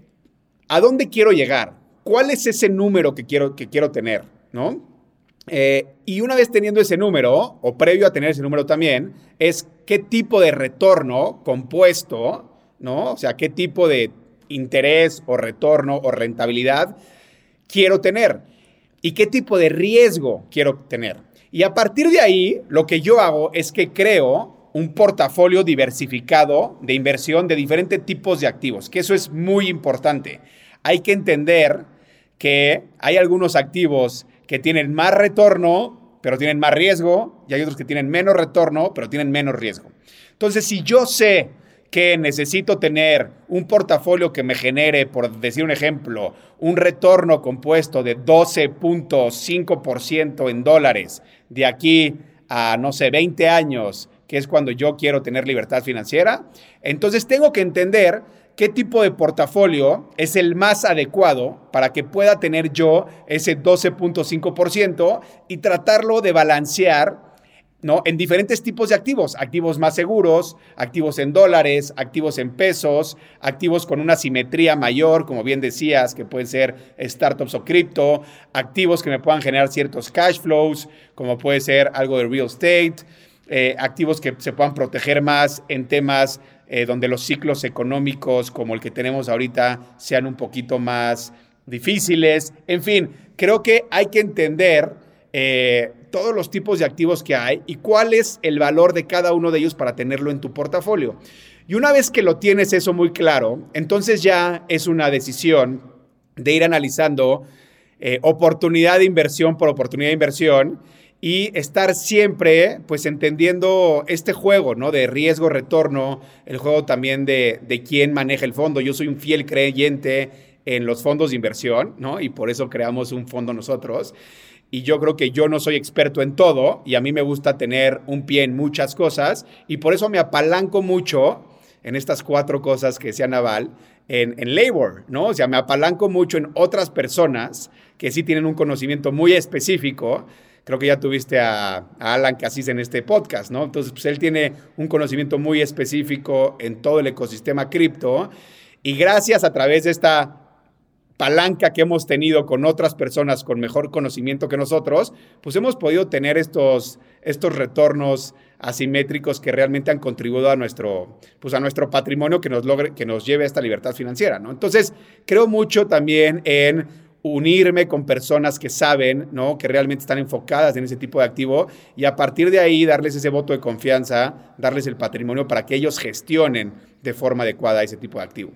¿a dónde quiero llegar? ¿Cuál es ese número que quiero, que quiero tener? ¿No? Eh, y una vez teniendo ese número, o previo a tener ese número también, es qué tipo de retorno compuesto, ¿no? O sea, qué tipo de interés o retorno o rentabilidad quiero tener y qué tipo de riesgo quiero tener. Y a partir de ahí, lo que yo hago es que creo un portafolio diversificado de inversión de diferentes tipos de activos, que eso es muy importante. Hay que entender que hay algunos activos que tienen más retorno, pero tienen más riesgo, y hay otros que tienen menos retorno, pero tienen menos riesgo. Entonces, si yo sé que necesito tener un portafolio que me genere, por decir un ejemplo, un retorno compuesto de doce punto cinco por ciento en dólares de aquí a, no sé, veinte años, que es cuando yo quiero tener libertad financiera, entonces tengo que entender qué tipo de portafolio es el más adecuado para que pueda tener yo ese doce punto cinco por ciento y tratarlo de balancear, ¿no? En diferentes tipos de activos, activos más seguros, activos en dólares, activos en pesos, activos con una simetría mayor, como bien decías, que pueden ser startups o cripto, activos que me puedan generar ciertos cash flows, como puede ser algo de real estate, eh, activos que se puedan proteger más en temas eh, donde los ciclos económicos como el que tenemos ahorita sean un poquito más difíciles. En fin, creo que hay que entender Eh, todos los tipos de activos que hay y cuál es el valor de cada uno de ellos para tenerlo en tu portafolio. Y una vez que lo tienes eso muy claro, entonces ya es una decisión de ir analizando eh, oportunidad de inversión por oportunidad de inversión y estar siempre pues entendiendo este juego, ¿no? De riesgo-retorno, el juego también de, de quién maneja el fondo. Yo soy un fiel creyente en los fondos de inversión, ¿no? Y por eso creamos un fondo nosotros. y yo creo que yo no soy experto en todo y a mí me gusta tener un pie en muchas cosas y por eso me apalanco mucho en estas cuatro cosas que decía Naval, en, en labor, ¿no? O sea, me apalanco mucho en otras personas que sí tienen un conocimiento muy específico. Creo que ya tuviste a, a Alan Cassis en este podcast, ¿no? Entonces, pues él tiene un conocimiento muy específico en todo el ecosistema cripto y gracias a través de esta palanca que hemos tenido con otras personas con mejor conocimiento que nosotros, pues hemos podido tener estos, estos retornos asimétricos que realmente han contribuido a nuestro, pues a nuestro patrimonio que nos, logre, que nos lleve a esta libertad financiera, ¿no? Entonces, creo mucho también en unirme con personas que saben, ¿no? Que realmente están enfocadas en ese tipo de activo y a partir de ahí darles ese voto de confianza, darles el patrimonio para que ellos gestionen de forma adecuada ese tipo de activo.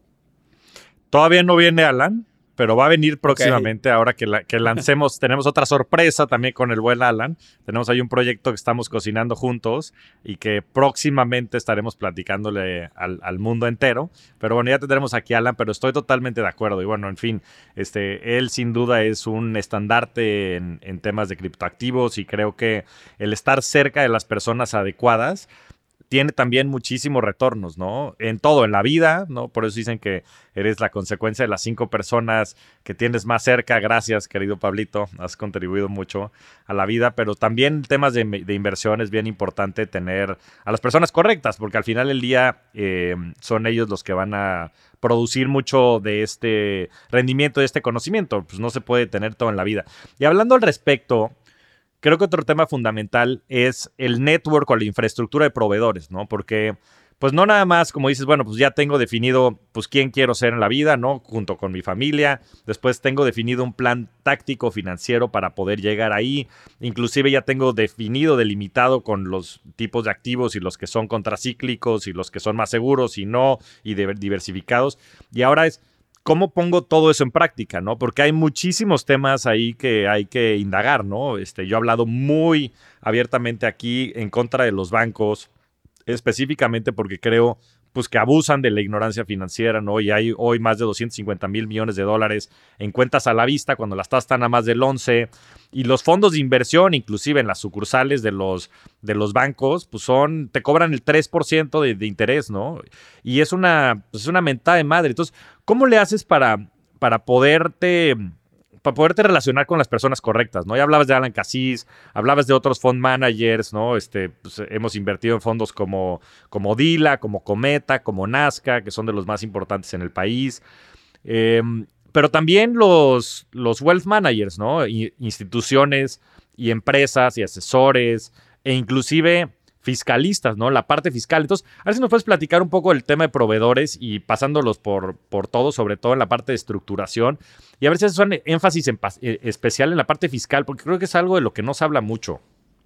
Todavía no viene Alan, pero va a venir próximamente. Okay. Ahora que, la, que lancemos. Tenemos otra sorpresa también con el buen Alan. Tenemos ahí un proyecto que estamos cocinando juntos y que próximamente estaremos platicándole al, al mundo entero. Pero bueno, ya tendremos aquí a Alan, pero estoy totalmente de acuerdo. Y bueno, en fin, este, él sin duda es un estandarte en, en temas de criptoactivos y creo que el estar cerca de las personas adecuadas tiene también muchísimos retornos, ¿no? En todo, en la vida, ¿no? Por eso dicen que eres la consecuencia de las cinco personas que tienes más cerca. Gracias, querido Pablito. Has contribuido mucho a la vida, pero también en temas de, de inversión es bien importante tener a las personas correctas, porque al final del día eh, son ellos los que van a producir mucho de este rendimiento, de este conocimiento. Pues no se puede tener todo en la vida. Y hablando al respecto, creo que otro tema fundamental es el network o la infraestructura de proveedores, ¿no? Porque, pues no nada más, como dices, bueno, pues ya tengo definido, pues quién quiero ser en la vida, ¿no? Junto con mi familia. Después tengo definido un plan táctico financiero para poder llegar ahí. Inclusive ya tengo definido, delimitado con los tipos de activos y los que son contracíclicos y los que son más seguros y no, y diversificados. Y ahora es, ¿cómo pongo todo eso en práctica, no? Porque hay muchísimos temas ahí que hay que indagar, ¿no? Este, yo he hablado muy abiertamente aquí en contra de los bancos, específicamente porque creo pues, que abusan de la ignorancia financiera, ¿no? Y hay hoy más de doscientos cincuenta mil millones de dólares en cuentas a la vista cuando las tasas están a más del once. Y los fondos de inversión, inclusive en las sucursales de los, de los bancos, pues son, te cobran el tres por ciento de, de interés, ¿no? Y es una, pues es una mentada de madre. Entonces, ¿cómo le haces para, para poderte... para poderte relacionar con las personas correctas, ¿no? Ya hablabas de Alan Cassis, hablabas de otros fund managers, ¿no? Este, pues, hemos invertido en fondos como, como Dila, como Cometa, como Nazca, que son de los más importantes en el país. Eh, pero también los, los wealth managers, ¿no? I, instituciones y empresas y asesores e inclusive fiscalistas, ¿no? La parte fiscal. Entonces, a ver si nos puedes platicar un poco del tema de proveedores y pasándolos por, por todo, sobre todo en la parte de estructuración, y a ver si haces un énfasis en, eh, especial en la parte fiscal, porque creo que es algo de lo que no se habla mucho.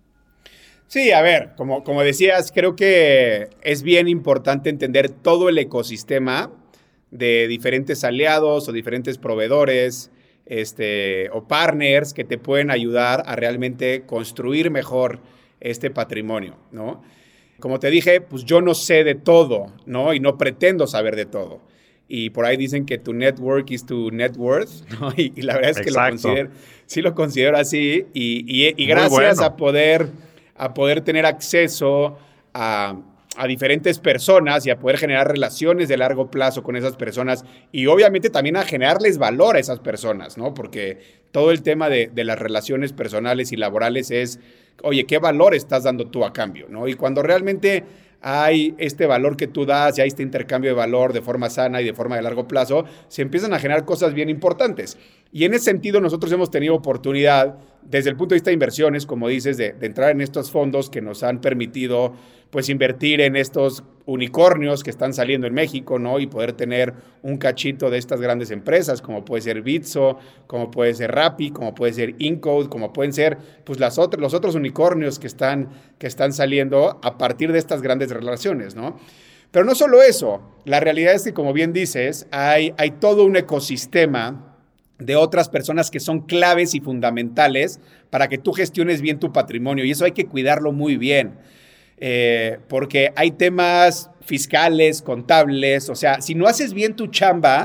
Sí, a ver, como, como decías, creo que es bien importante entender todo el ecosistema de diferentes aliados o diferentes proveedores este, o partners que te pueden ayudar a realmente construir mejor este patrimonio, ¿no? Como te dije, pues yo no sé de todo, ¿no? Y no pretendo saber de todo. Y por ahí dicen que tu network is tu net worth, ¿no? Y, y la verdad es que lo considero, sí lo considero así. Y, y, y gracias bueno. a, poder, a poder tener acceso a, a diferentes personas y a poder generar relaciones de largo plazo con esas personas y obviamente también a generarles valor a esas personas, ¿no? Porque todo el tema de, de las relaciones personales y laborales es, oye, ¿qué valor estás dando tú a cambio, ¿no? Y cuando realmente hay este valor que tú das y hay este intercambio de valor de forma sana y de forma de largo plazo, se empiezan a generar cosas bien importantes. Y en ese sentido nosotros hemos tenido oportunidad, desde el punto de vista de inversiones, como dices, de, de entrar en estos fondos que nos han permitido pues invertir en estos unicornios que están saliendo en México, ¿no? Y poder tener un cachito de estas grandes empresas, como puede ser Bitso, como puede ser Rappi, como puede ser Incode, como pueden ser pues, las otras, los otros unicornios que están, que están saliendo a partir de estas grandes relaciones, ¿no? Pero no solo eso, la realidad es que, como bien dices, hay, hay todo un ecosistema de otras personas que son claves y fundamentales para que tú gestiones bien tu patrimonio, y eso hay que cuidarlo muy bien. Eh, porque hay temas fiscales, contables, o sea, si no haces bien tu chamba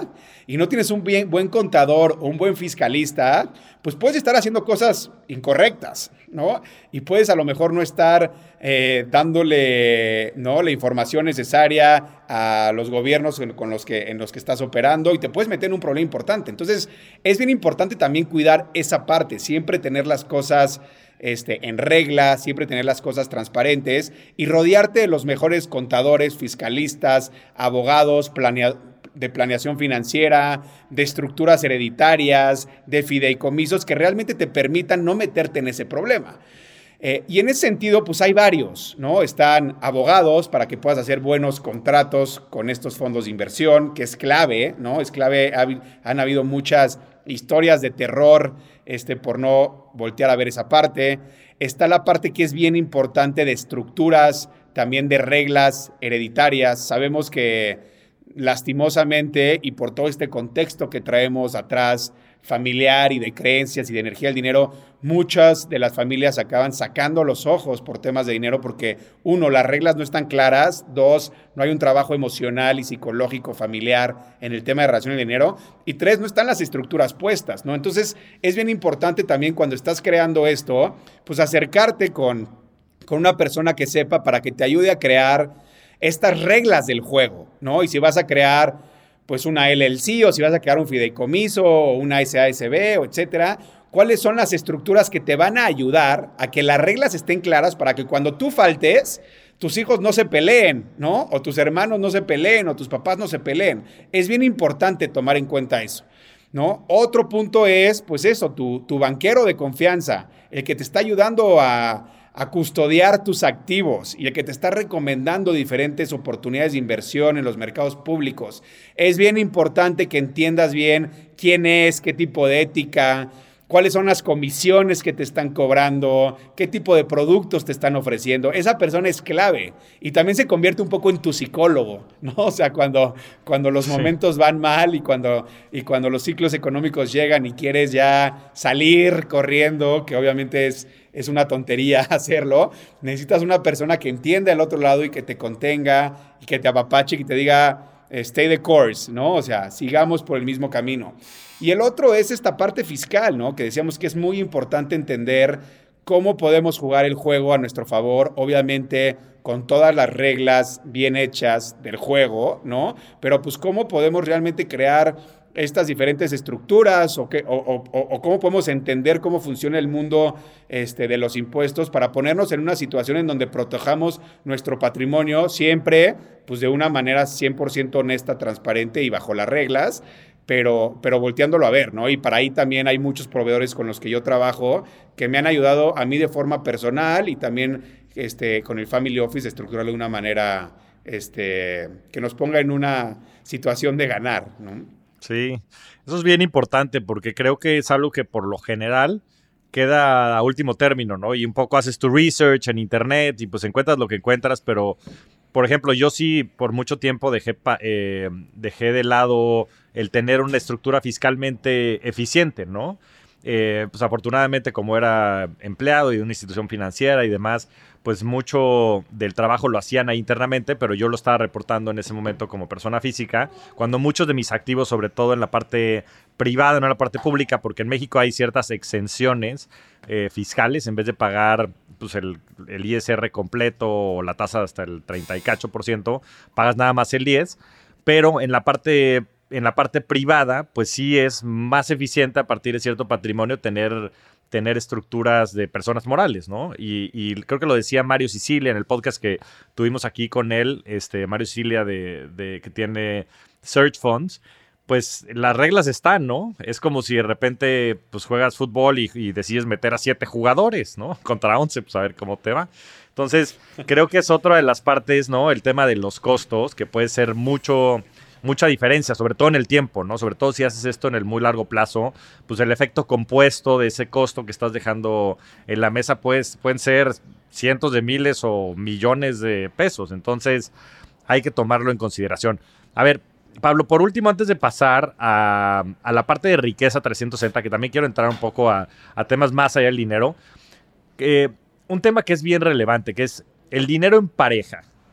y no tienes un bien, buen contador o un buen fiscalista, pues puedes estar haciendo cosas incorrectas, ¿no? Y puedes a lo mejor no estar eh, dándole, ¿no?, la información necesaria a los gobiernos con los que, en los que estás operando y te puedes meter en un problema importante. Entonces, es bien importante también cuidar esa parte, siempre tener las cosas Este, en regla, siempre tener las cosas transparentes y rodearte de los mejores contadores, fiscalistas, abogados, planea- de planeación financiera, de estructuras hereditarias, de fideicomisos que realmente te permitan no meterte en ese problema. Eh, y en ese sentido, pues hay varios, ¿no? Están abogados para que puedas hacer buenos contratos con estos fondos de inversión, que es clave, ¿no? Es clave, ha, han habido muchas historias de terror este, por no voltear a ver esa parte. Está la parte que es bien importante de estructuras, también de reglas hereditarias. Sabemos que lastimosamente y por todo este contexto que traemos atrás, familiar y de creencias y de energía del dinero, muchas de las familias acaban sacando los ojos por temas de dinero porque, uno, las reglas no están claras, dos, no hay un trabajo emocional y psicológico familiar en el tema de relación de dinero, y tres, no están las estructuras puestas, ¿no? Entonces, es bien importante también cuando estás creando esto, pues acercarte con, con una persona que sepa para que te ayude a crear estas reglas del juego, ¿no? Y si vas a crear pues una L L C o si vas a crear un fideicomiso o una S A S B o etcétera, ¿cuáles son las estructuras que te van a ayudar a que las reglas estén claras para que cuando tú faltes, tus hijos no se peleen, ¿no? O tus hermanos no se peleen o tus papás no se peleen? Es bien importante tomar en cuenta eso, ¿no? Otro punto es, pues eso, tu, tu banquero de confianza, el que te está ayudando a a custodiar tus activos y el que te está recomendando diferentes oportunidades de inversión en los mercados públicos. Es bien importante que entiendas bien quién es, qué tipo de ética, cuáles son las comisiones que te están cobrando, qué tipo de productos te están ofreciendo. Esa persona es clave y también se convierte un poco en tu psicólogo, ¿no? O sea, cuando, cuando los momentos sí. van mal y cuando, y cuando los ciclos económicos llegan y quieres ya salir corriendo, que obviamente es, es una tontería hacerlo, necesitas una persona que entienda el otro lado y que te contenga y que te apapache y que te diga, stay the course, ¿no? O sea, sigamos por el mismo camino. Y el otro es esta parte fiscal, ¿no? Que decíamos que es muy importante entender cómo podemos jugar el juego a nuestro favor, obviamente con todas las reglas bien hechas del juego, ¿no? Pero pues cómo podemos realmente crear estas diferentes estructuras o, qué, o, o, o cómo podemos entender cómo funciona el mundo este, de los impuestos para ponernos en una situación en donde protejamos nuestro patrimonio siempre pues de una manera cien por ciento honesta, transparente y bajo las reglas, pero, pero volteándolo a ver, ¿no? Y para ahí también hay muchos proveedores con los que yo trabajo que me han ayudado a mí de forma personal y también este, con el Family Office estructurarlo de una manera este, que nos ponga en una situación de ganar, ¿no? Sí, eso es bien importante porque creo que es algo que por lo general queda a último término, ¿no? Y un poco haces tu research en internet y pues encuentras lo que encuentras, pero por ejemplo, yo sí por mucho tiempo dejé, pa, eh, dejé de lado el tener una estructura fiscalmente eficiente, ¿no? Eh, pues afortunadamente como era empleado y de una institución financiera y demás, pues mucho del trabajo lo hacían ahí internamente, pero yo lo estaba reportando en ese momento como persona física, cuando muchos de mis activos, sobre todo en la parte privada, no en la parte pública, porque en México hay ciertas exenciones eh, fiscales, en vez de pagar pues el, el I S R completo o la tasa hasta el treinta y cacho por ciento, pagas nada más el diez, pero en la parte en la parte privada, pues sí es más eficiente a partir de cierto patrimonio tener, tener estructuras de personas morales, ¿no? Y, y creo que lo decía Mario Sicilia en el podcast que tuvimos aquí con él, este, Mario Sicilia de, de, que tiene Search Funds, pues las reglas están, ¿no? Es como si de repente pues juegas fútbol y, y decides meter a siete jugadores, ¿no? Contra once, pues a ver cómo te va. Entonces, creo que es otra de las partes, ¿no? El tema de los costos, que puede ser mucho... mucha diferencia, sobre todo en el tiempo, ¿no? Sobre todo si haces esto en el muy largo plazo, pues el efecto compuesto de ese costo que estás dejando en la mesa pues, pueden ser cientos de miles o millones de pesos. Entonces, hay que tomarlo en consideración. A ver, Pablo, por último, antes de pasar a, a la parte de riqueza trescientos sesenta, que también quiero entrar un poco a, a temas más allá del dinero, eh, un tema que es bien relevante, que es el dinero en pareja.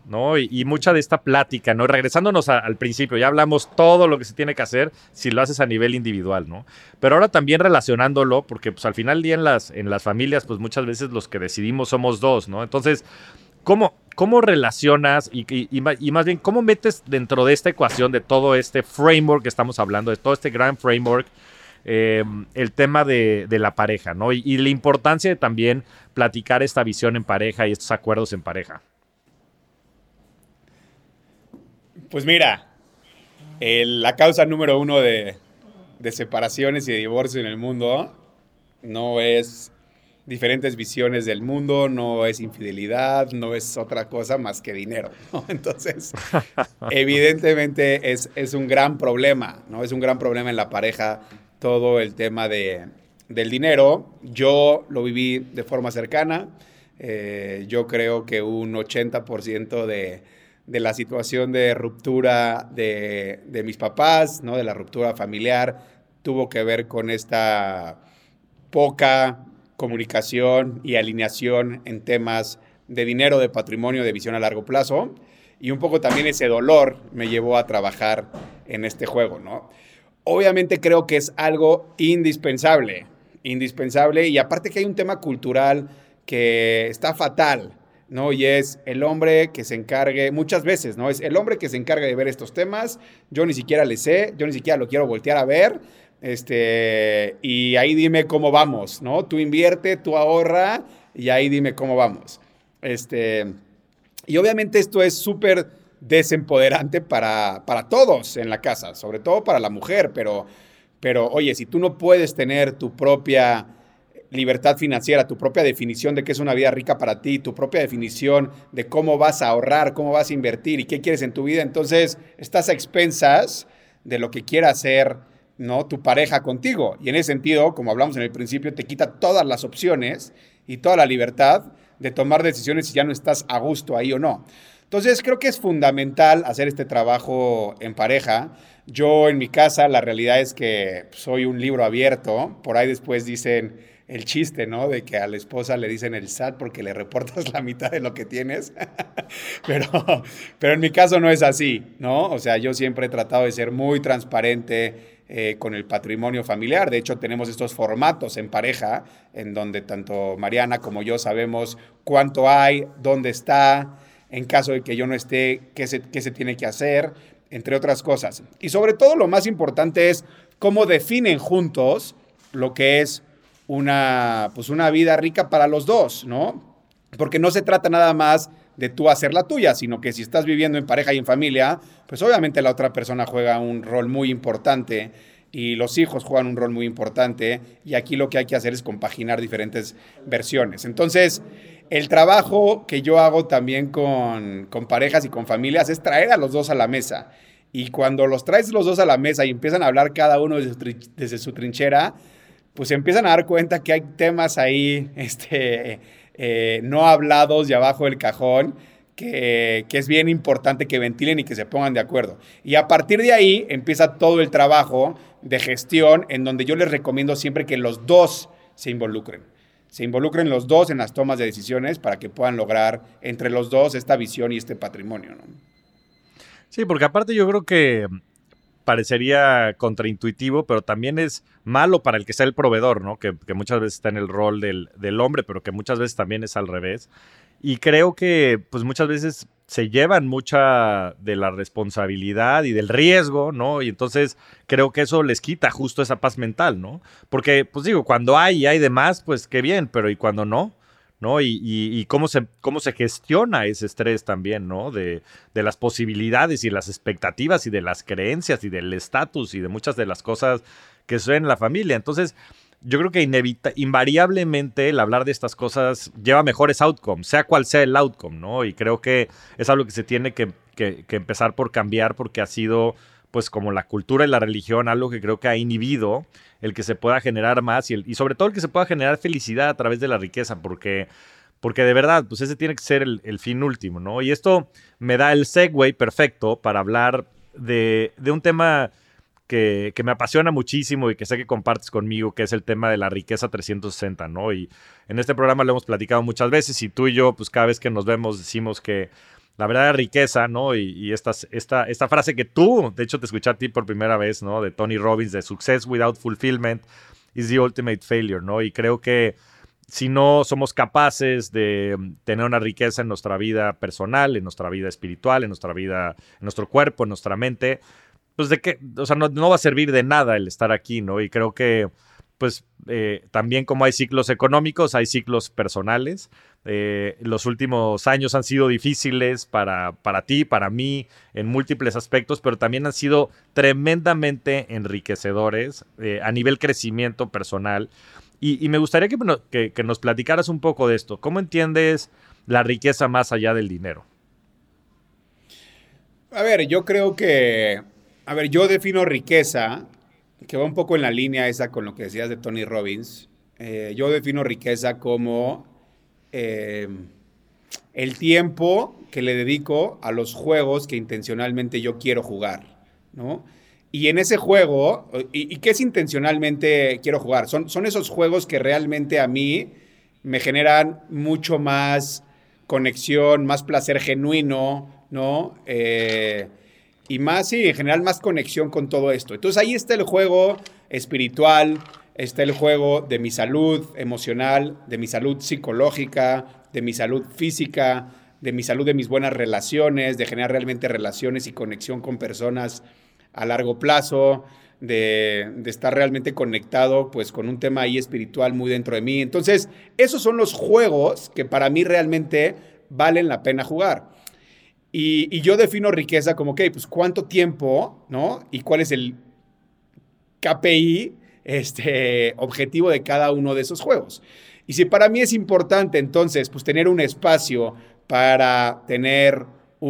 ¿no? Y, y mucha de esta plática, ¿no? Regresándonos a, al principio, ya hablamos todo lo que se tiene que hacer si lo haces a nivel individual, ¿no? Pero ahora también relacionándolo, porque pues al final del día en las, en las familias, pues muchas veces los que decidimos somos dos, ¿no? Entonces, ¿cómo, cómo relacionas y, y, y, y más bien, cómo metes dentro de esta ecuación, de todo este framework que estamos hablando, de todo este gran framework, Eh, el tema de, de la pareja, ¿no? Y, y la importancia de también platicar esta visión en pareja y estos acuerdos en pareja? Pues mira, el- la causa número uno de, de separaciones y de divorcio en el mundo no es diferentes visiones del mundo, no es infidelidad, no es otra cosa más que dinero, ¿no? Entonces, evidentemente es, es un gran problema, ¿no? Es un gran problema en la pareja todo el tema de, del dinero. Yo lo viví de forma cercana. Eh, yo creo que un ochenta por ciento de, de la situación de ruptura de, de mis papás, ¿no? De la ruptura familiar, tuvo que ver con esta poca comunicación y alineación en temas de dinero, de patrimonio, de visión a largo plazo. Y un poco también ese dolor me llevó a trabajar en este juego, ¿no? Obviamente creo que es algo indispensable, indispensable, y aparte que hay un tema cultural que está fatal, ¿no? Y es el hombre que se encargue, muchas veces, ¿no? Es el hombre que se encarga de ver estos temas, yo ni siquiera le sé, yo ni siquiera lo quiero voltear a ver, este, y ahí dime cómo vamos, ¿no? Tú invierte, tú ahorra, y ahí dime cómo vamos. Este, y obviamente esto es súper desempoderante para, para todos en la casa, sobre todo para la mujer, pero, pero oye, si tú no puedes tener tu propia libertad financiera, tu propia definición de qué es una vida rica para ti, tu propia definición de cómo vas a ahorrar, cómo vas a invertir y qué quieres en tu vida, entonces estás a expensas de lo que quiera hacer, ¿no? Tu pareja contigo. Y en ese sentido, como hablamos en el principio, te quita todas las opciones y toda la libertad de tomar decisiones si ya no estás a gusto ahí o no. Entonces, creo que es fundamental hacer este trabajo en pareja. Yo en mi casa, la realidad es que soy un libro abierto. Por ahí después dicen el chiste, ¿no? De que a la esposa le dicen el S A T porque le reportas la mitad de lo que tienes. pero, pero en mi caso no es así, ¿no? O sea, yo siempre he tratado de ser muy transparente eh, con el patrimonio familiar. De hecho, tenemos estos formatos en pareja en donde tanto Mariana como yo sabemos cuánto hay, dónde está, en caso de que yo no esté, qué se, qué se tiene que hacer, entre otras cosas. Y sobre todo lo más importante es cómo definen juntos lo que es una, pues una vida rica para los dos, ¿no? Porque no se trata nada más de tú hacer la tuya, sino que si estás viviendo en pareja y en familia, pues obviamente la otra persona juega un rol muy importante y los hijos juegan un rol muy importante y aquí lo que hay que hacer es compaginar diferentes versiones. Entonces, el trabajo que yo hago también con, con parejas y con familias es traer a los dos a la mesa. Y cuando los traes los dos a la mesa y empiezan a hablar cada uno desde su, trin- desde su trinchera, pues se empiezan a dar cuenta que hay temas ahí este, eh, no hablados y abajo del cajón que, que es bien importante que ventilen y que se pongan de acuerdo. Y a partir de ahí empieza todo el trabajo de gestión en donde yo les recomiendo siempre que los dos se involucren. Se involucren los dos en las tomas de decisiones para que puedan lograr entre los dos esta visión y este patrimonio, ¿no? Sí, porque aparte yo creo que parecería contraintuitivo, pero también es malo para el que sea el proveedor, ¿no? Que, que muchas veces está en el rol del, del hombre, pero que muchas veces también es al revés. Y creo que pues muchas veces se llevan mucha de la responsabilidad y del riesgo, ¿no? Y entonces creo que eso les quita justo esa paz mental, ¿no? Porque, pues digo, cuando hay y hay de más, pues qué bien, pero ¿y cuando no? ¿No? Y, y, y cómo se, cómo se gestiona ese estrés también, ¿no? De, de las posibilidades y las expectativas y de las creencias y del estatus y de muchas de las cosas que suceden en la familia. Entonces, yo creo que inevita- invariablemente el hablar de estas cosas lleva mejores outcomes, sea cual sea el outcome, ¿no? Y creo que es algo que se tiene que, que, que empezar por cambiar porque ha sido, pues, como la cultura y la religión, algo que creo que ha inhibido el que se pueda generar más y, el, y sobre todo el que se pueda generar felicidad a través de la riqueza, porque, porque de verdad, pues ese tiene que ser el, el fin último, ¿no? Y esto me da el segue perfecto para hablar de, de un tema que, que me apasiona muchísimo y que sé que compartes conmigo, que es el tema de la riqueza trescientos sesenta, ¿no? Y en este programa lo hemos platicado muchas veces y tú y yo, pues cada vez que nos vemos decimos que la verdadera riqueza, ¿no? Y, y esta, esta, esta frase que tú, de hecho te escuché a ti por primera vez, ¿no? De Tony Robbins, de Success without fulfillment is the ultimate failure, ¿no? Y creo que si no somos capaces de tener una riqueza en nuestra vida personal, en nuestra vida espiritual, en nuestra vida, en nuestro cuerpo, en nuestra mente, pues de qué, o sea, no, no va a servir de nada el estar aquí, ¿no? Y creo que, pues, eh, también como hay ciclos económicos, hay ciclos personales. Eh, los últimos años han sido difíciles para, para ti, para mí, en múltiples aspectos, pero también han sido tremendamente enriquecedores eh, a nivel crecimiento personal. Y, y me gustaría que, que, que nos platicaras un poco de esto. ¿Cómo entiendes la riqueza más allá del dinero? A ver, yo creo que, a ver, yo defino riqueza, que va un poco en la línea esa con lo que decías de Tony Robbins. Eh, yo defino riqueza como eh, el tiempo que le dedico a los juegos que intencionalmente yo quiero jugar, ¿no? Y en ese juego, ¿y, y qué es intencionalmente quiero jugar? Son, son esos juegos que realmente a mí me generan mucho más conexión, más placer genuino, ¿no? Eh, y más, sí, en general, más conexión con todo esto. Entonces ahí está el juego espiritual, está el juego de mi salud emocional, de mi salud psicológica, de mi salud física, de mi salud, de mis buenas relaciones, de generar realmente relaciones y conexión con personas a largo plazo, de, de estar realmente conectado pues con un tema ahí espiritual muy dentro de mí. Entonces, esos son los juegos que para mí realmente valen la pena jugar. Y, y yo defino riqueza como, ok, pues cuánto tiempo, ¿no? Y cuál es el K P I, este, objetivo de cada uno de esos juegos. Y si para mí es importante, entonces, pues tener un espacio para tener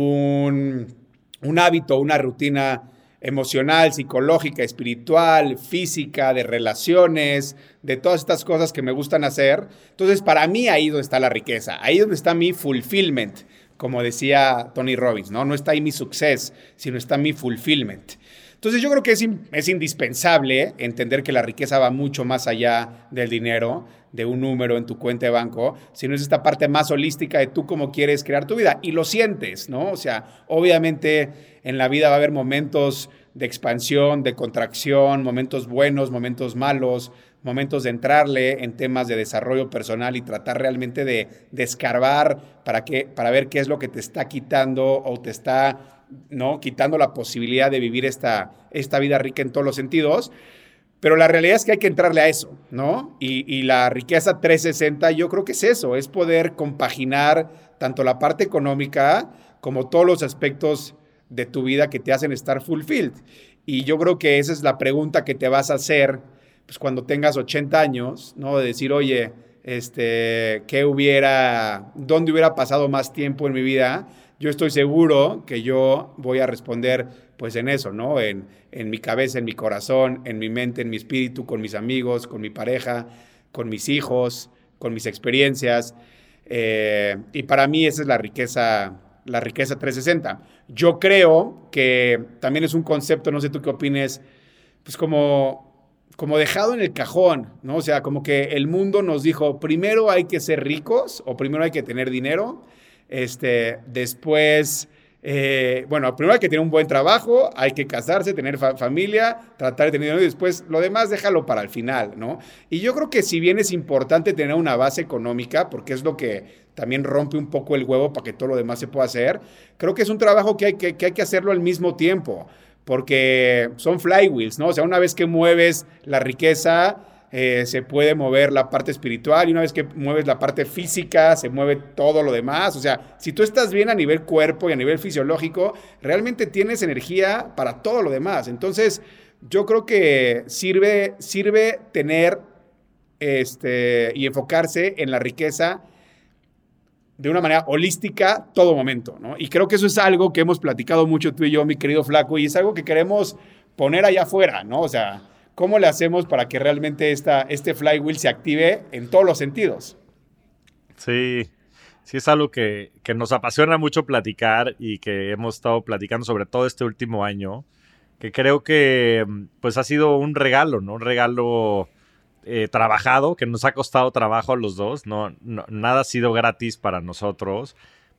un, un hábito, una rutina emocional, psicológica, espiritual, física, de relaciones, de todas estas cosas que me gustan hacer. Entonces, para mí ahí es donde está la riqueza, ahí es donde está mi fulfillment, como decía Tony Robbins, ¿no? No está ahí mi success, sino está mi fulfillment. Entonces, yo creo que es, es indispensable entender que la riqueza va mucho más allá del dinero, de un número en tu cuenta de banco, sino es esta parte más holística de tú cómo quieres crear tu vida. Y lo sientes, ¿no? O sea, obviamente en la vida va a haber momentos de expansión, de contracción, momentos buenos, momentos malos, momentos de entrarle en temas de desarrollo personal y tratar realmente de, de escarbar para, que, para ver qué es lo que te está quitando o te está, ¿no?, quitando la posibilidad de vivir esta, esta vida rica en todos los sentidos. Pero la realidad es que hay que entrarle a eso, ¿no? Y, y la riqueza trescientos sesenta yo creo que es eso, es poder compaginar tanto la parte económica como todos los aspectos de tu vida que te hacen estar fulfilled. Y yo creo que esa es la pregunta que te vas a hacer pues, cuando tengas ochenta años, ¿no? De decir, oye, este, ¿qué hubiera, dónde hubiera pasado más tiempo en mi vida? Yo estoy seguro que yo voy a responder pues en eso, ¿no? En, en mi cabeza, en mi corazón, en mi mente, en mi espíritu, con mis amigos, con mi pareja, con mis hijos, con mis experiencias. Eh, y para mí esa es la riqueza, la riqueza trescientos sesenta. Yo creo que también es un concepto, no sé tú qué opines, pues como, como dejado en el cajón, ¿no? O sea, como que el mundo nos dijo, primero hay que ser ricos o primero hay que tener dinero. Este, después, eh, bueno, primero hay que tener un buen trabajo, hay que casarse, tener fa- familia, tratar de tener dinero y después lo demás déjalo para el final, ¿no? Y yo creo que si bien es importante tener una base económica, porque es lo que también rompe un poco el huevo para que todo lo demás se pueda hacer, creo que es un trabajo que hay que, que, hay que hacerlo al mismo tiempo, porque son flywheels, ¿no? O sea, una vez que mueves la riqueza, Eh, se puede mover la parte espiritual y una vez que mueves la parte física, se mueve todo lo demás. O sea, si tú estás bien a nivel cuerpo y a nivel fisiológico, realmente tienes energía para todo lo demás. Entonces, yo creo que sirve, sirve tener este, y enfocarse en la riqueza de una manera holística todo momento, ¿no? Y creo que eso es algo que hemos platicado mucho tú y yo, mi querido Flaco, y es algo que queremos poner allá afuera, ¿no? O sea, ¿cómo le hacemos para que realmente esta, este flywheel se active en todos los sentidos? Sí, sí es algo que, que nos apasiona mucho platicar y que hemos estado platicando sobre todo este último año, que creo que pues ha sido un regalo, ¿no? Un regalo eh, trabajado, que nos ha costado trabajo a los dos, no, no, nada ha sido gratis para nosotros.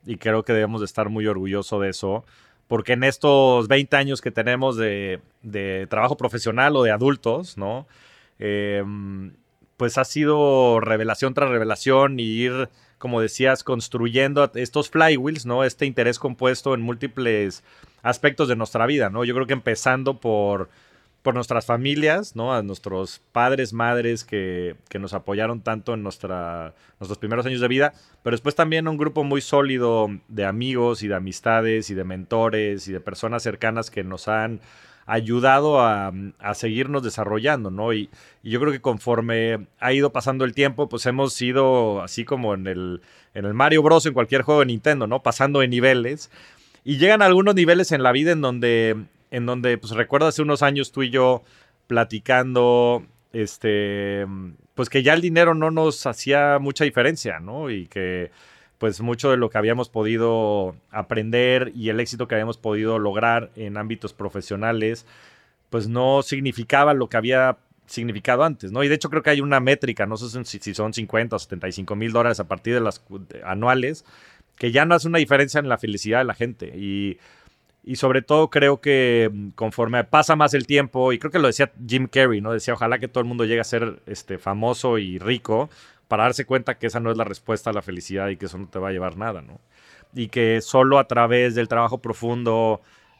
y creo que debemos de estar muy orgullosos de eso, porque en estos veinte años que tenemos de, de trabajo profesional o de adultos, ¿no? Eh, pues ha sido revelación tras revelación y ir, como decías, construyendo estos flywheels, ¿no? Este interés compuesto en múltiples aspectos de nuestra vida, ¿no? Yo creo que empezando por, por nuestras familias, ¿no? A nuestros padres, madres que, que nos apoyaron tanto en nuestra, nuestros primeros años de vida, pero después también un grupo muy sólido de amigos y de amistades y de mentores y de personas cercanas que nos han ayudado a, a seguirnos desarrollando, ¿no? Y, y yo creo que conforme ha ido pasando el tiempo, pues hemos ido así como en el, en el Mario Bros. En cualquier juego de Nintendo, ¿no? Pasando de niveles. Y llegan algunos niveles en la vida en donde, en donde pues recuerdo hace unos años tú y yo platicando, este, pues que ya el dinero no nos hacía mucha diferencia, ¿no? Y que pues mucho de lo que habíamos podido aprender y el éxito que habíamos podido lograr en ámbitos profesionales, pues no significaba lo que había significado antes, ¿no? Y de hecho creo que hay una métrica, no sé si, si son cincuenta o setenta y cinco mil dólares a partir de las anuales, que ya no hace una diferencia en la felicidad de la gente. Y, y sobre todo creo que conforme pasa más el tiempo, y creo que lo decía Jim Carrey, ¿no? Decía, ojalá que todo el mundo llegue a ser este, famoso y rico, para darse cuenta que esa no es la respuesta a la felicidad y que eso no te va a llevar nada, ¿no? Y que solo a través del trabajo profundo,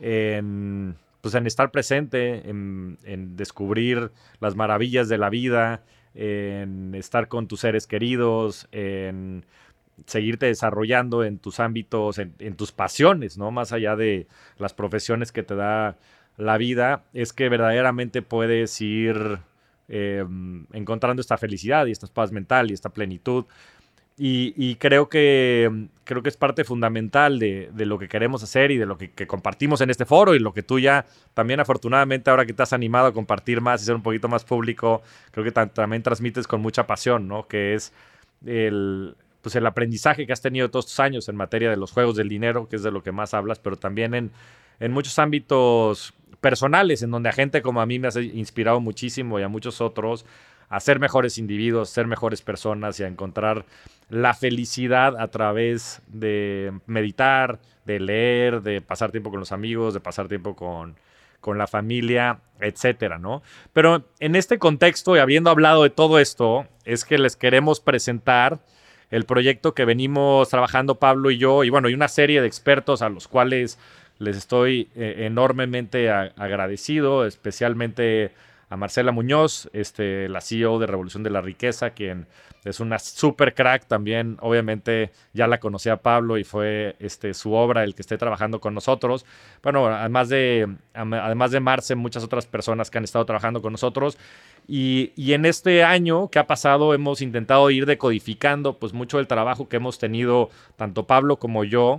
en, pues en estar presente, en, en descubrir las maravillas de la vida, en estar con tus seres queridos, en seguirte desarrollando en tus ámbitos, en, en tus pasiones, ¿no? Más allá de las profesiones que te da la vida, es que verdaderamente puedes ir Eh, encontrando esta felicidad y esta paz mental y esta plenitud y, y creo que creo que es parte fundamental de, de lo que queremos hacer y de lo que, que compartimos en este foro y lo que tú ya también afortunadamente ahora que te has animado a compartir más y ser un poquito más público, creo que también transmites con mucha pasión, ¿no? Que es el, pues el aprendizaje que has tenido todos estos años en materia de los juegos del dinero, que es de lo que más hablas, pero también en, en muchos ámbitos personales, en donde a gente como a mí me has inspirado muchísimo y a muchos otros a ser mejores individuos, ser mejores personas y a encontrar la felicidad a través de meditar, de leer, de pasar tiempo con los amigos, de pasar tiempo con, con la familia, etcétera, ¿no? Pero en este contexto y habiendo hablado de todo esto, es que les queremos presentar el proyecto que venimos trabajando Pablo y yo, y bueno, y una serie de expertos a los cuales les estoy eh, enormemente a, agradecido, especialmente a Marcela Muñoz, este, la C E O de Revolución de la Riqueza, quien es una super crack también. Obviamente ya la conocí a Pablo y fue este, su obra el que esté trabajando con nosotros. Bueno, además de, además de Marce, muchas otras personas que han estado trabajando con nosotros. Y, y en este año que ha pasado hemos intentado ir decodificando pues, mucho del trabajo que hemos tenido tanto Pablo como yo,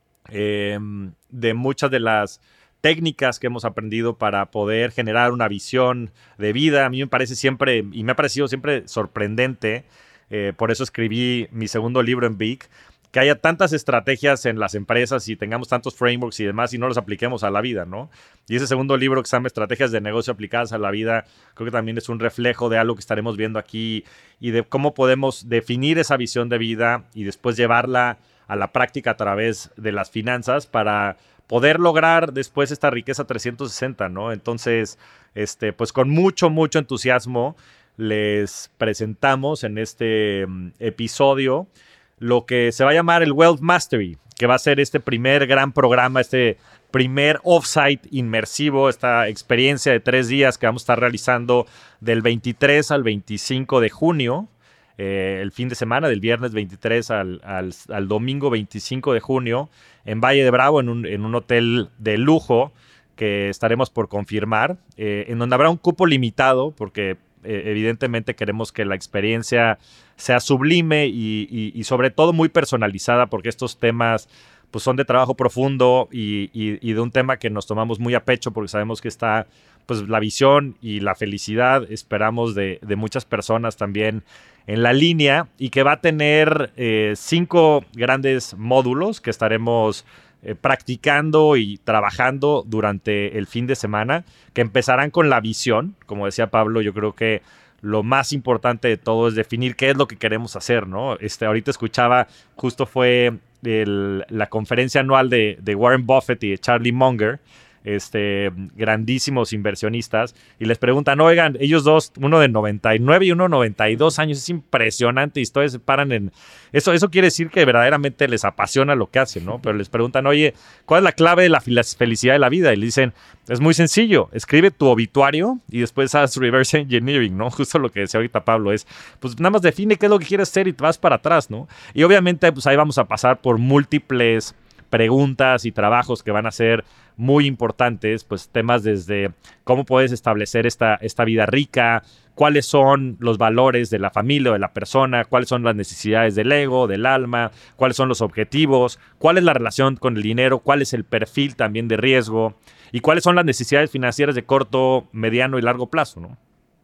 Eh, de muchas de las técnicas que hemos aprendido para poder generar una visión de vida. A mí me parece siempre, y me ha parecido siempre sorprendente, eh, por eso escribí mi segundo libro en Big, que haya tantas estrategias en las empresas y tengamos tantos frameworks y demás y no los apliquemos a la vida, ¿no? Y ese segundo libro que se llama Estrategias de Negocio Aplicadas a la Vida, creo que también es un reflejo de algo que estaremos viendo aquí y de cómo podemos definir esa visión de vida y después llevarla a la práctica a través de las finanzas para poder lograr después esta riqueza trescientos sesenta, ¿no? Entonces, este, pues con mucho, mucho entusiasmo les presentamos en este um, episodio lo que se va a llamar el Wealth Mastery, que va a ser este primer gran programa, este primer offsite inmersivo, esta experiencia de tres días que vamos a estar realizando del veintitrés al veinticinco de junio. Eh, el fin de semana, del viernes veintitrés al, al, al domingo veinticinco de junio, en Valle de Bravo, en un, en un hotel de lujo que estaremos por confirmar, eh, en donde habrá un cupo limitado, porque eh, evidentemente queremos que la experiencia sea sublime y, y, y sobre todo muy personalizada, porque estos temas pues, son de trabajo profundo y, y, y de un tema que nos tomamos muy a pecho, porque sabemos que está pues, la visión y la felicidad, esperamos, de, de muchas personas también en la línea, y que va a tener eh, cinco grandes módulos que estaremos eh, practicando y trabajando durante el fin de semana, que empezarán con la visión. Como decía Pablo, yo creo que lo más importante de todo es definir qué es lo que queremos hacer, ¿no? Este, ahorita escuchaba, justo fue el, la conferencia anual de, de Warren Buffett y de Charlie Munger, este, grandísimos inversionistas, y les preguntan, oigan, ellos dos, uno de noventa y nueve y uno de noventa y dos años, es impresionante, y todavía se paran en... Eso, eso quiere decir que verdaderamente les apasiona lo que hacen, ¿no? Pero les preguntan, oye, ¿cuál es la clave de la felicidad de la vida? Y le dicen, es muy sencillo, escribe tu obituario y después haz reverse engineering, ¿no? Justo lo que decía ahorita Pablo, es, pues nada más define qué es lo que quieres hacer y te vas para atrás, ¿no? Y obviamente, pues ahí vamos a pasar por múltiples preguntas y trabajos que van a ser muy importantes, pues temas desde cómo puedes establecer esta, esta vida rica, cuáles son los valores de la familia o de la persona, cuáles son las necesidades del ego, del alma, cuáles son los objetivos, cuál es la relación con el dinero, cuál es el perfil también de riesgo y cuáles son las necesidades financieras de corto, mediano y largo plazo, ¿no?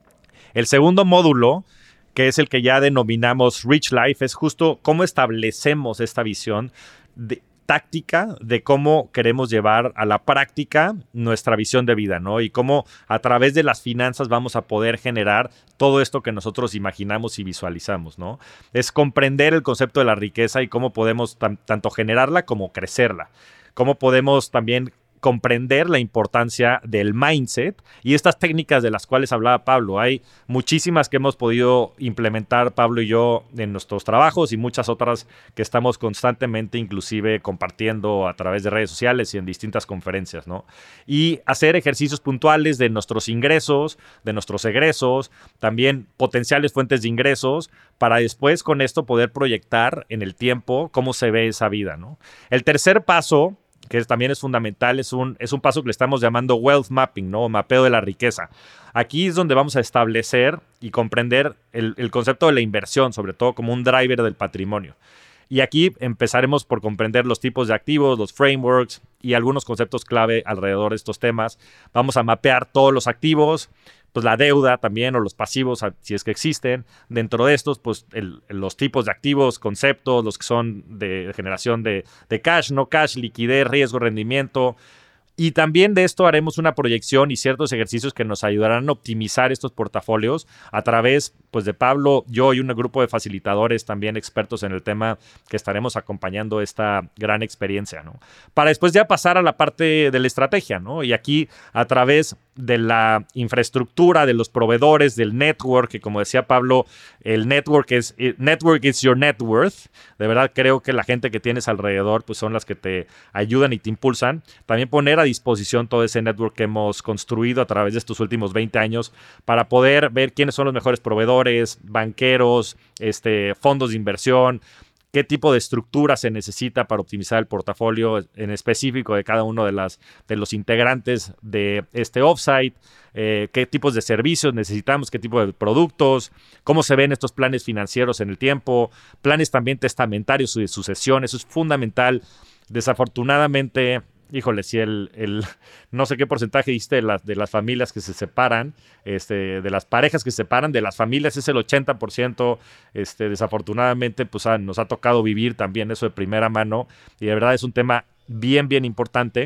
El segundo módulo, que es el que ya denominamos Rich Life, es justo cómo establecemos esta visión de táctica de cómo queremos llevar a la práctica nuestra visión de vida, ¿no? Y cómo a través de las finanzas vamos a poder generar todo esto que nosotros imaginamos y visualizamos, ¿no? Es comprender el concepto de la riqueza y cómo podemos t- tanto generarla como crecerla. Cómo podemos también comprender la importancia del mindset y estas técnicas de las cuales hablaba Pablo. Hay muchísimas que hemos podido implementar Pablo y yo en nuestros trabajos y muchas otras que estamos constantemente inclusive compartiendo a través de redes sociales y en distintas conferencias, ¿no? Y hacer ejercicios puntuales de nuestros ingresos, de nuestros egresos, también potenciales fuentes de ingresos para después con esto poder proyectar en el tiempo cómo se ve esa vida, ¿no? El tercer paso, que también es fundamental, es un, es un paso que le estamos llamando wealth mapping, ¿no? Mapeo de la riqueza. Aquí es donde vamos a establecer y comprender el, el concepto de la inversión, sobre todo como un driver del patrimonio. Y aquí empezaremos por comprender los tipos de activos, los frameworks y algunos conceptos clave alrededor de estos temas. Vamos a mapear todos los activos, pues la deuda también o los pasivos, si es que existen. Dentro de estos, pues el, los tipos de activos, conceptos, los que son de generación de, de cash, no cash, liquidez, riesgo, rendimiento. Y también de esto haremos una proyección y ciertos ejercicios que nos ayudarán a optimizar estos portafolios a través, pues, de Pablo, yo y un grupo de facilitadores también expertos en el tema que estaremos acompañando esta gran experiencia, ¿no? Para después ya pasar a la parte de la estrategia, ¿no? Y aquí a través de la infraestructura, de los proveedores, del network, que como decía Pablo, el network es network is your net worth. De verdad creo que la gente que tienes alrededor pues son las que te ayudan y te impulsan. También poner a disposición todo ese network que hemos construido a través de estos últimos veinte años para poder ver quiénes son los mejores proveedores, banqueros, este, fondos de inversión, qué tipo de estructura se necesita para optimizar el portafolio en específico de cada uno de, las, de los integrantes de este offsite, eh, qué tipos de servicios necesitamos, qué tipo de productos, cómo se ven estos planes financieros en el tiempo, planes también testamentarios y de sucesión. Eso es fundamental. Desafortunadamente, híjole, si el, el no sé qué porcentaje diste de las, de las familias que se separan, este, de las parejas que se separan, de las familias es el ochenta por ciento. Este, desafortunadamente, pues ah, nos ha tocado vivir también eso de primera mano y de verdad es un tema bien, bien importante.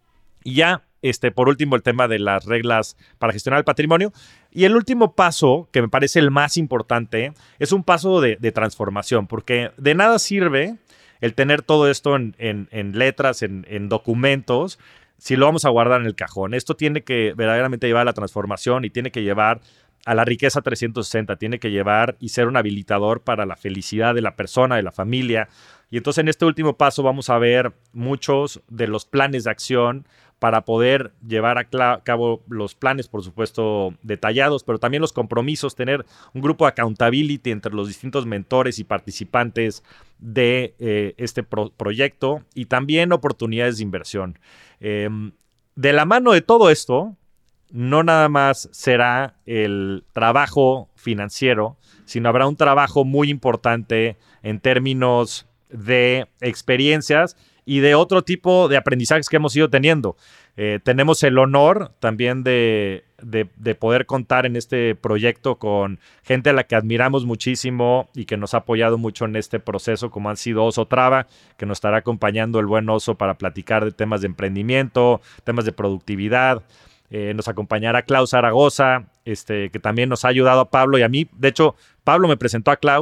Y ya, este, por último, el tema de las reglas para gestionar el patrimonio. Y el último paso, que me parece el más importante, es un paso de, de transformación, porque de nada sirve el tener todo esto en, en, en letras, en, en documentos, si lo vamos a guardar en el cajón. Esto tiene que verdaderamente llevar a la transformación y tiene que llevar a la riqueza trescientos sesenta, tiene que llevar y ser un habilitador para la felicidad de la persona, de la familia. Y entonces en este último paso vamos a ver muchos de los planes de acción para poder llevar a cabo los planes, por supuesto, detallados, pero también los compromisos, tener un grupo de accountability entre los distintos mentores y participantes de eh, este pro- proyecto y también oportunidades de inversión. Eh, de la mano de todo esto, no nada más será el trabajo financiero, sino habrá un trabajo muy importante en términos de experiencias y de otro tipo de aprendizajes que hemos ido teniendo. Eh, tenemos el honor también de, de, de poder contar en este proyecto con gente a la que admiramos muchísimo y que nos ha apoyado mucho en este proceso, como han sido Oso Traba, que nos estará acompañando el buen Oso para platicar de temas de emprendimiento, temas de productividad. Eh, nos acompañará Clau Zaragoza, este, que también nos ha ayudado a Pablo y a mí. De hecho, Pablo me presentó a Clau.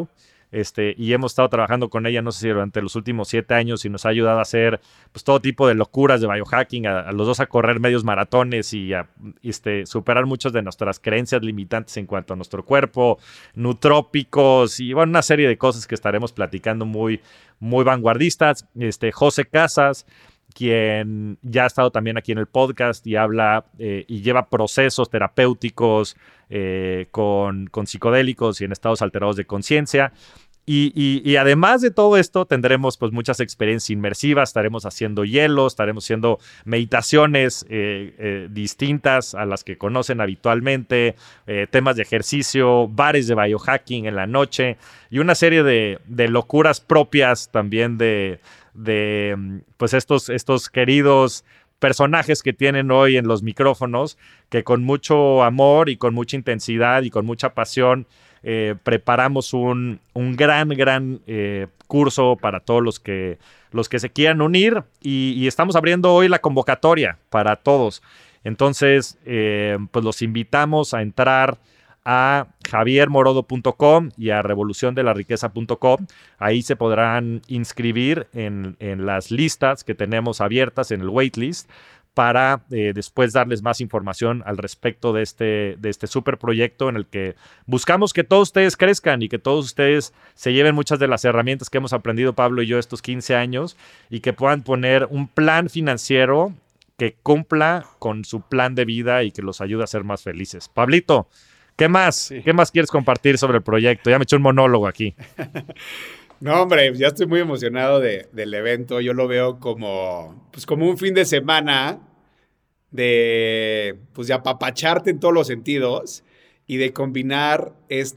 Este, y hemos estado trabajando con ella, no sé si durante los últimos siete años, y nos ha ayudado a hacer pues, todo tipo de locuras de biohacking, a, a los dos a correr medios maratones y a este, superar muchas de nuestras creencias limitantes en cuanto a nuestro cuerpo, nutrópicos y bueno, una serie de cosas que estaremos platicando muy, muy vanguardistas. Este, José Casas, quien ya ha estado también aquí en el podcast y habla eh, y lleva procesos terapéuticos eh, con, con psicodélicos y en estados alterados de conciencia. Y, y, y además de todo esto, tendremos pues muchas experiencias inmersivas, estaremos haciendo hielo, estaremos haciendo meditaciones eh, eh, distintas a las que conocen habitualmente, eh, temas de ejercicio, bares de biohacking en la noche y una serie de, de locuras propias también de, de pues estos, estos queridos personajes que tienen hoy en los micrófonos, que con mucho amor y con mucha intensidad y con mucha pasión Eh, preparamos un, un gran, gran eh, curso para todos los que, los que se quieran unir y, y estamos abriendo hoy la convocatoria para todos. Entonces, eh, pues los invitamos a entrar a javier morodo punto com y a revolución de la riqueza punto com. Ahí se podrán inscribir en, en las listas que tenemos abiertas en el waitlist para eh, después darles más información al respecto de este, de este super proyecto en el que buscamos que todos ustedes crezcan y que todos ustedes se lleven muchas de las herramientas que hemos aprendido Pablo y yo estos quince años y que puedan poner un plan financiero que cumpla con su plan de vida y que los ayude a ser más felices. Pablito, ¿qué más? Sí. ¿Qué más quieres compartir sobre el proyecto? Ya me eché un monólogo aquí. No, hombre, ya estoy muy emocionado de, del evento. Yo lo veo como, pues como un fin de semana de, pues de apapacharte en todos los sentidos y de combinar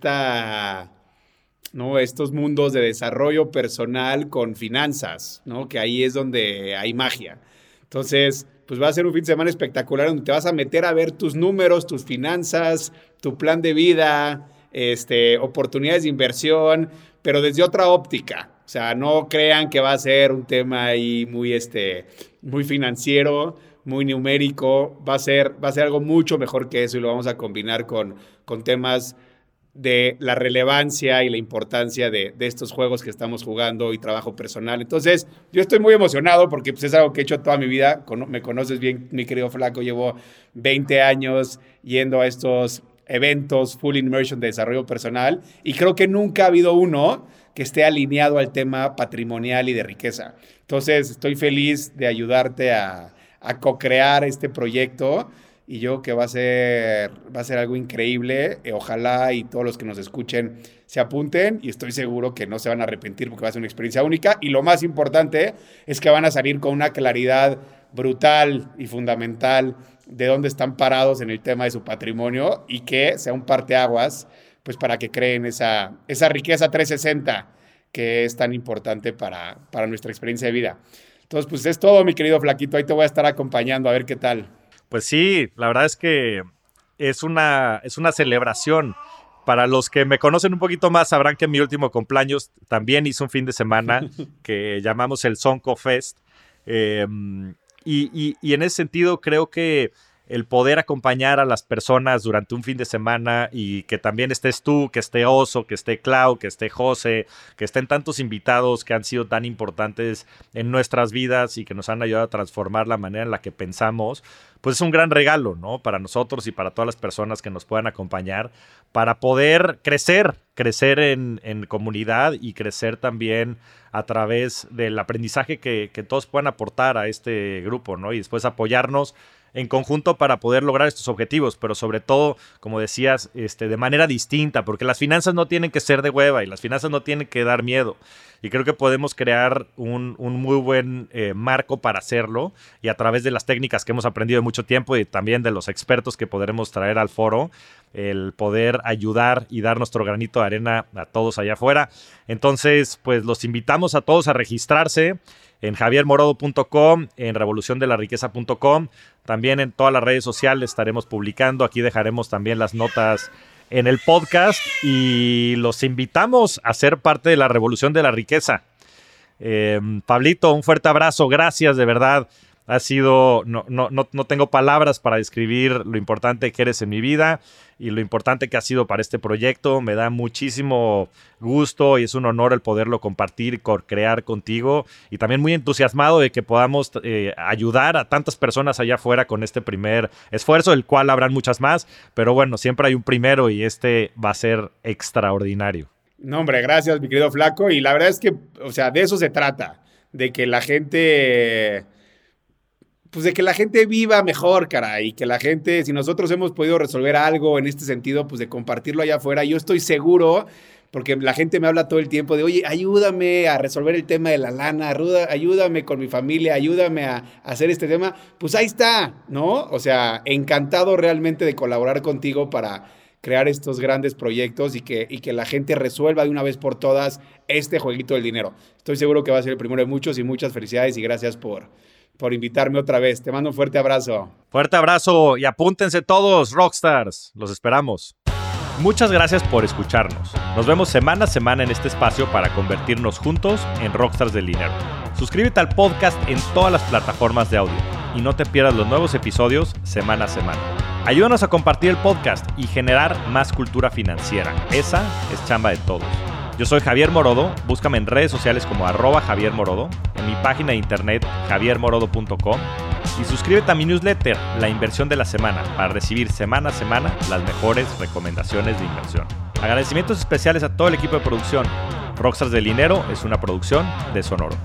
esta, ¿no? estos mundos de desarrollo personal con finanzas, ¿no? Que ahí es donde hay magia. Entonces, pues va a ser un fin de semana espectacular donde te vas a meter a ver tus números, tus finanzas, tu plan de vida, este, oportunidades de inversión, pero desde otra óptica. O sea, no crean que va a ser un tema ahí muy, este, muy financiero, muy numérico. Va a ser, va a ser algo mucho mejor que eso y lo vamos a combinar con, con temas de la relevancia y la importancia de, de estos juegos que estamos jugando y trabajo personal. Entonces, yo estoy muy emocionado porque pues, es algo que he hecho toda mi vida. Con, me conoces bien, mi querido Flaco. Llevo veinte años yendo a estos eventos full immersion de desarrollo personal y creo que nunca ha habido uno que esté alineado al tema patrimonial y de riqueza. Entonces, estoy feliz de ayudarte a, a co-crear este proyecto y yo que va a ser, va a ser algo increíble. Eh, ojalá y todos los que nos escuchen se apunten y estoy seguro que no se van a arrepentir porque va a ser una experiencia única y lo más importante es que van a salir con una claridad brutal y fundamental de dónde están parados en el tema de su patrimonio y que sea un parteaguas pues para que creen esa, esa riqueza trescientos sesenta que es tan importante para, para nuestra experiencia de vida. Entonces, pues es todo, mi querido Flaquito. Ahí te voy a estar acompañando a ver qué tal. Pues sí, la verdad es que es una, es una celebración. Para los que me conocen un poquito más, sabrán que en mi último cumpleaños también hice un fin de semana que llamamos el Sonco Fest. Eh, y, y, y en ese sentido creo que el poder acompañar a las personas durante un fin de semana y que también estés tú, que esté Oso, que esté Clau, que esté José, que estén tantos invitados que han sido tan importantes en nuestras vidas y que nos han ayudado a transformar la manera en la que pensamos, pues es un gran regalo, ¿no? Para nosotros y para todas las personas que nos puedan acompañar para poder crecer, crecer en, en comunidad y crecer también a través del aprendizaje que, que todos puedan aportar a este grupo, ¿no? Y después apoyarnos en conjunto para poder lograr estos objetivos, pero sobre todo, como decías, este, de manera distinta, porque las finanzas no tienen que ser de hueva y las finanzas no tienen que dar miedo. Y creo que podemos crear un, un muy buen eh, marco para hacerlo y a través de las técnicas que hemos aprendido de mucho tiempo y también de los expertos que podremos traer al foro, el poder ayudar y dar nuestro granito de arena a todos allá afuera. Entonces, pues los invitamos a todos a registrarse en javier morodo punto com, en revolución de la riqueza punto com. También en todas las redes sociales estaremos publicando. Aquí dejaremos también las notas en el podcast y los invitamos a ser parte de la revolución de la riqueza. Eh, Pablito, un fuerte abrazo. Gracias de verdad Ha sido, no, no, no, no tengo palabras para describir lo importante que eres en mi vida y lo importante que ha sido para este proyecto. Me da muchísimo gusto y es un honor el poderlo compartir y crear contigo. Y también muy entusiasmado de que podamos eh, ayudar a tantas personas allá afuera con este primer esfuerzo, del cual habrán muchas más. Pero bueno, siempre hay un primero y este va a ser extraordinario. No, hombre, gracias, mi querido Flaco. Y la verdad es que, o sea, de eso se trata. De que la gente... Pues de que la gente viva mejor, caray, y que la gente, si nosotros hemos podido resolver algo en este sentido, pues de compartirlo allá afuera, yo estoy seguro, porque la gente me habla todo el tiempo de, oye, ayúdame a resolver el tema de la lana, ayúdame con mi familia, ayúdame a, a hacer este tema, pues ahí está, ¿no? O sea, encantado realmente de colaborar contigo para crear estos grandes proyectos y que, y que la gente resuelva de una vez por todas este jueguito del dinero. Estoy seguro que va a ser el primero de muchos y muchas felicidades y gracias por... por invitarme otra vez. Te mando un fuerte abrazo. Fuerte abrazo y apúntense todos, Rockstars. Los esperamos. Muchas gracias por escucharnos. Nos vemos semana a semana en este espacio para convertirnos juntos en Rockstars del dinero. Suscríbete al podcast en todas las plataformas de audio y no te pierdas los nuevos episodios semana a semana. Ayúdanos a compartir el podcast y generar más cultura financiera. Esa es chamba de todos. Yo soy Javier Morodo, búscame en redes sociales como arroba Javier Morodo, en mi página de internet javier morodo punto com y suscríbete a mi newsletter, La Inversión de la Semana, para recibir semana a semana las mejores recomendaciones de inversión. Agradecimientos especiales a todo el equipo de producción. Rockstars del Dinero es una producción de Sonoro.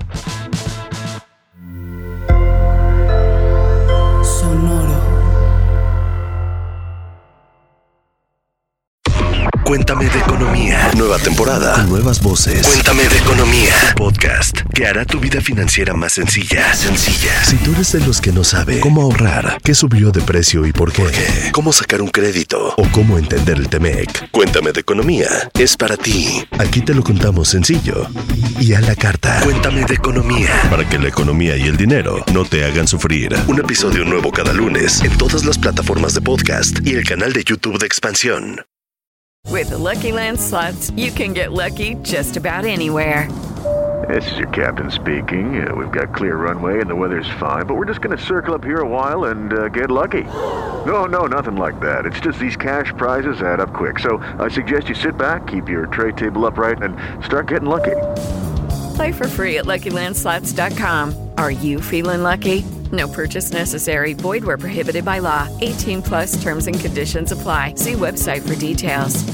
Cuéntame de economía. Nueva temporada. Con nuevas voces. Cuéntame de economía. Podcast que hará tu vida financiera más sencilla. Sencilla. Si tú eres de los que no sabe cómo ahorrar, qué subió de precio y por qué, ¿Por qué? Cómo sacar un crédito o cómo entender el T M E C, Cuéntame de economía es para ti. Aquí te lo contamos sencillo y a la carta. Cuéntame de economía. Para que la economía y el dinero no te hagan sufrir. Un episodio nuevo cada lunes en todas las plataformas de podcast y el canal de YouTube de Expansión. With the Lucky Land Slots, you can get lucky just about anywhere. This is your captain speaking. Uh, we've got clear runway and the weather's fine, but we're just going to circle up here a while and uh, get lucky. No, no, nothing like that. It's just these cash prizes add up quick. So I suggest you sit back, keep your tray table upright, and start getting lucky. Play for free at lucky land slots dot com. Are you feeling lucky? No purchase necessary. Void where prohibited by law. eighteen plus terms and conditions apply. See website for details.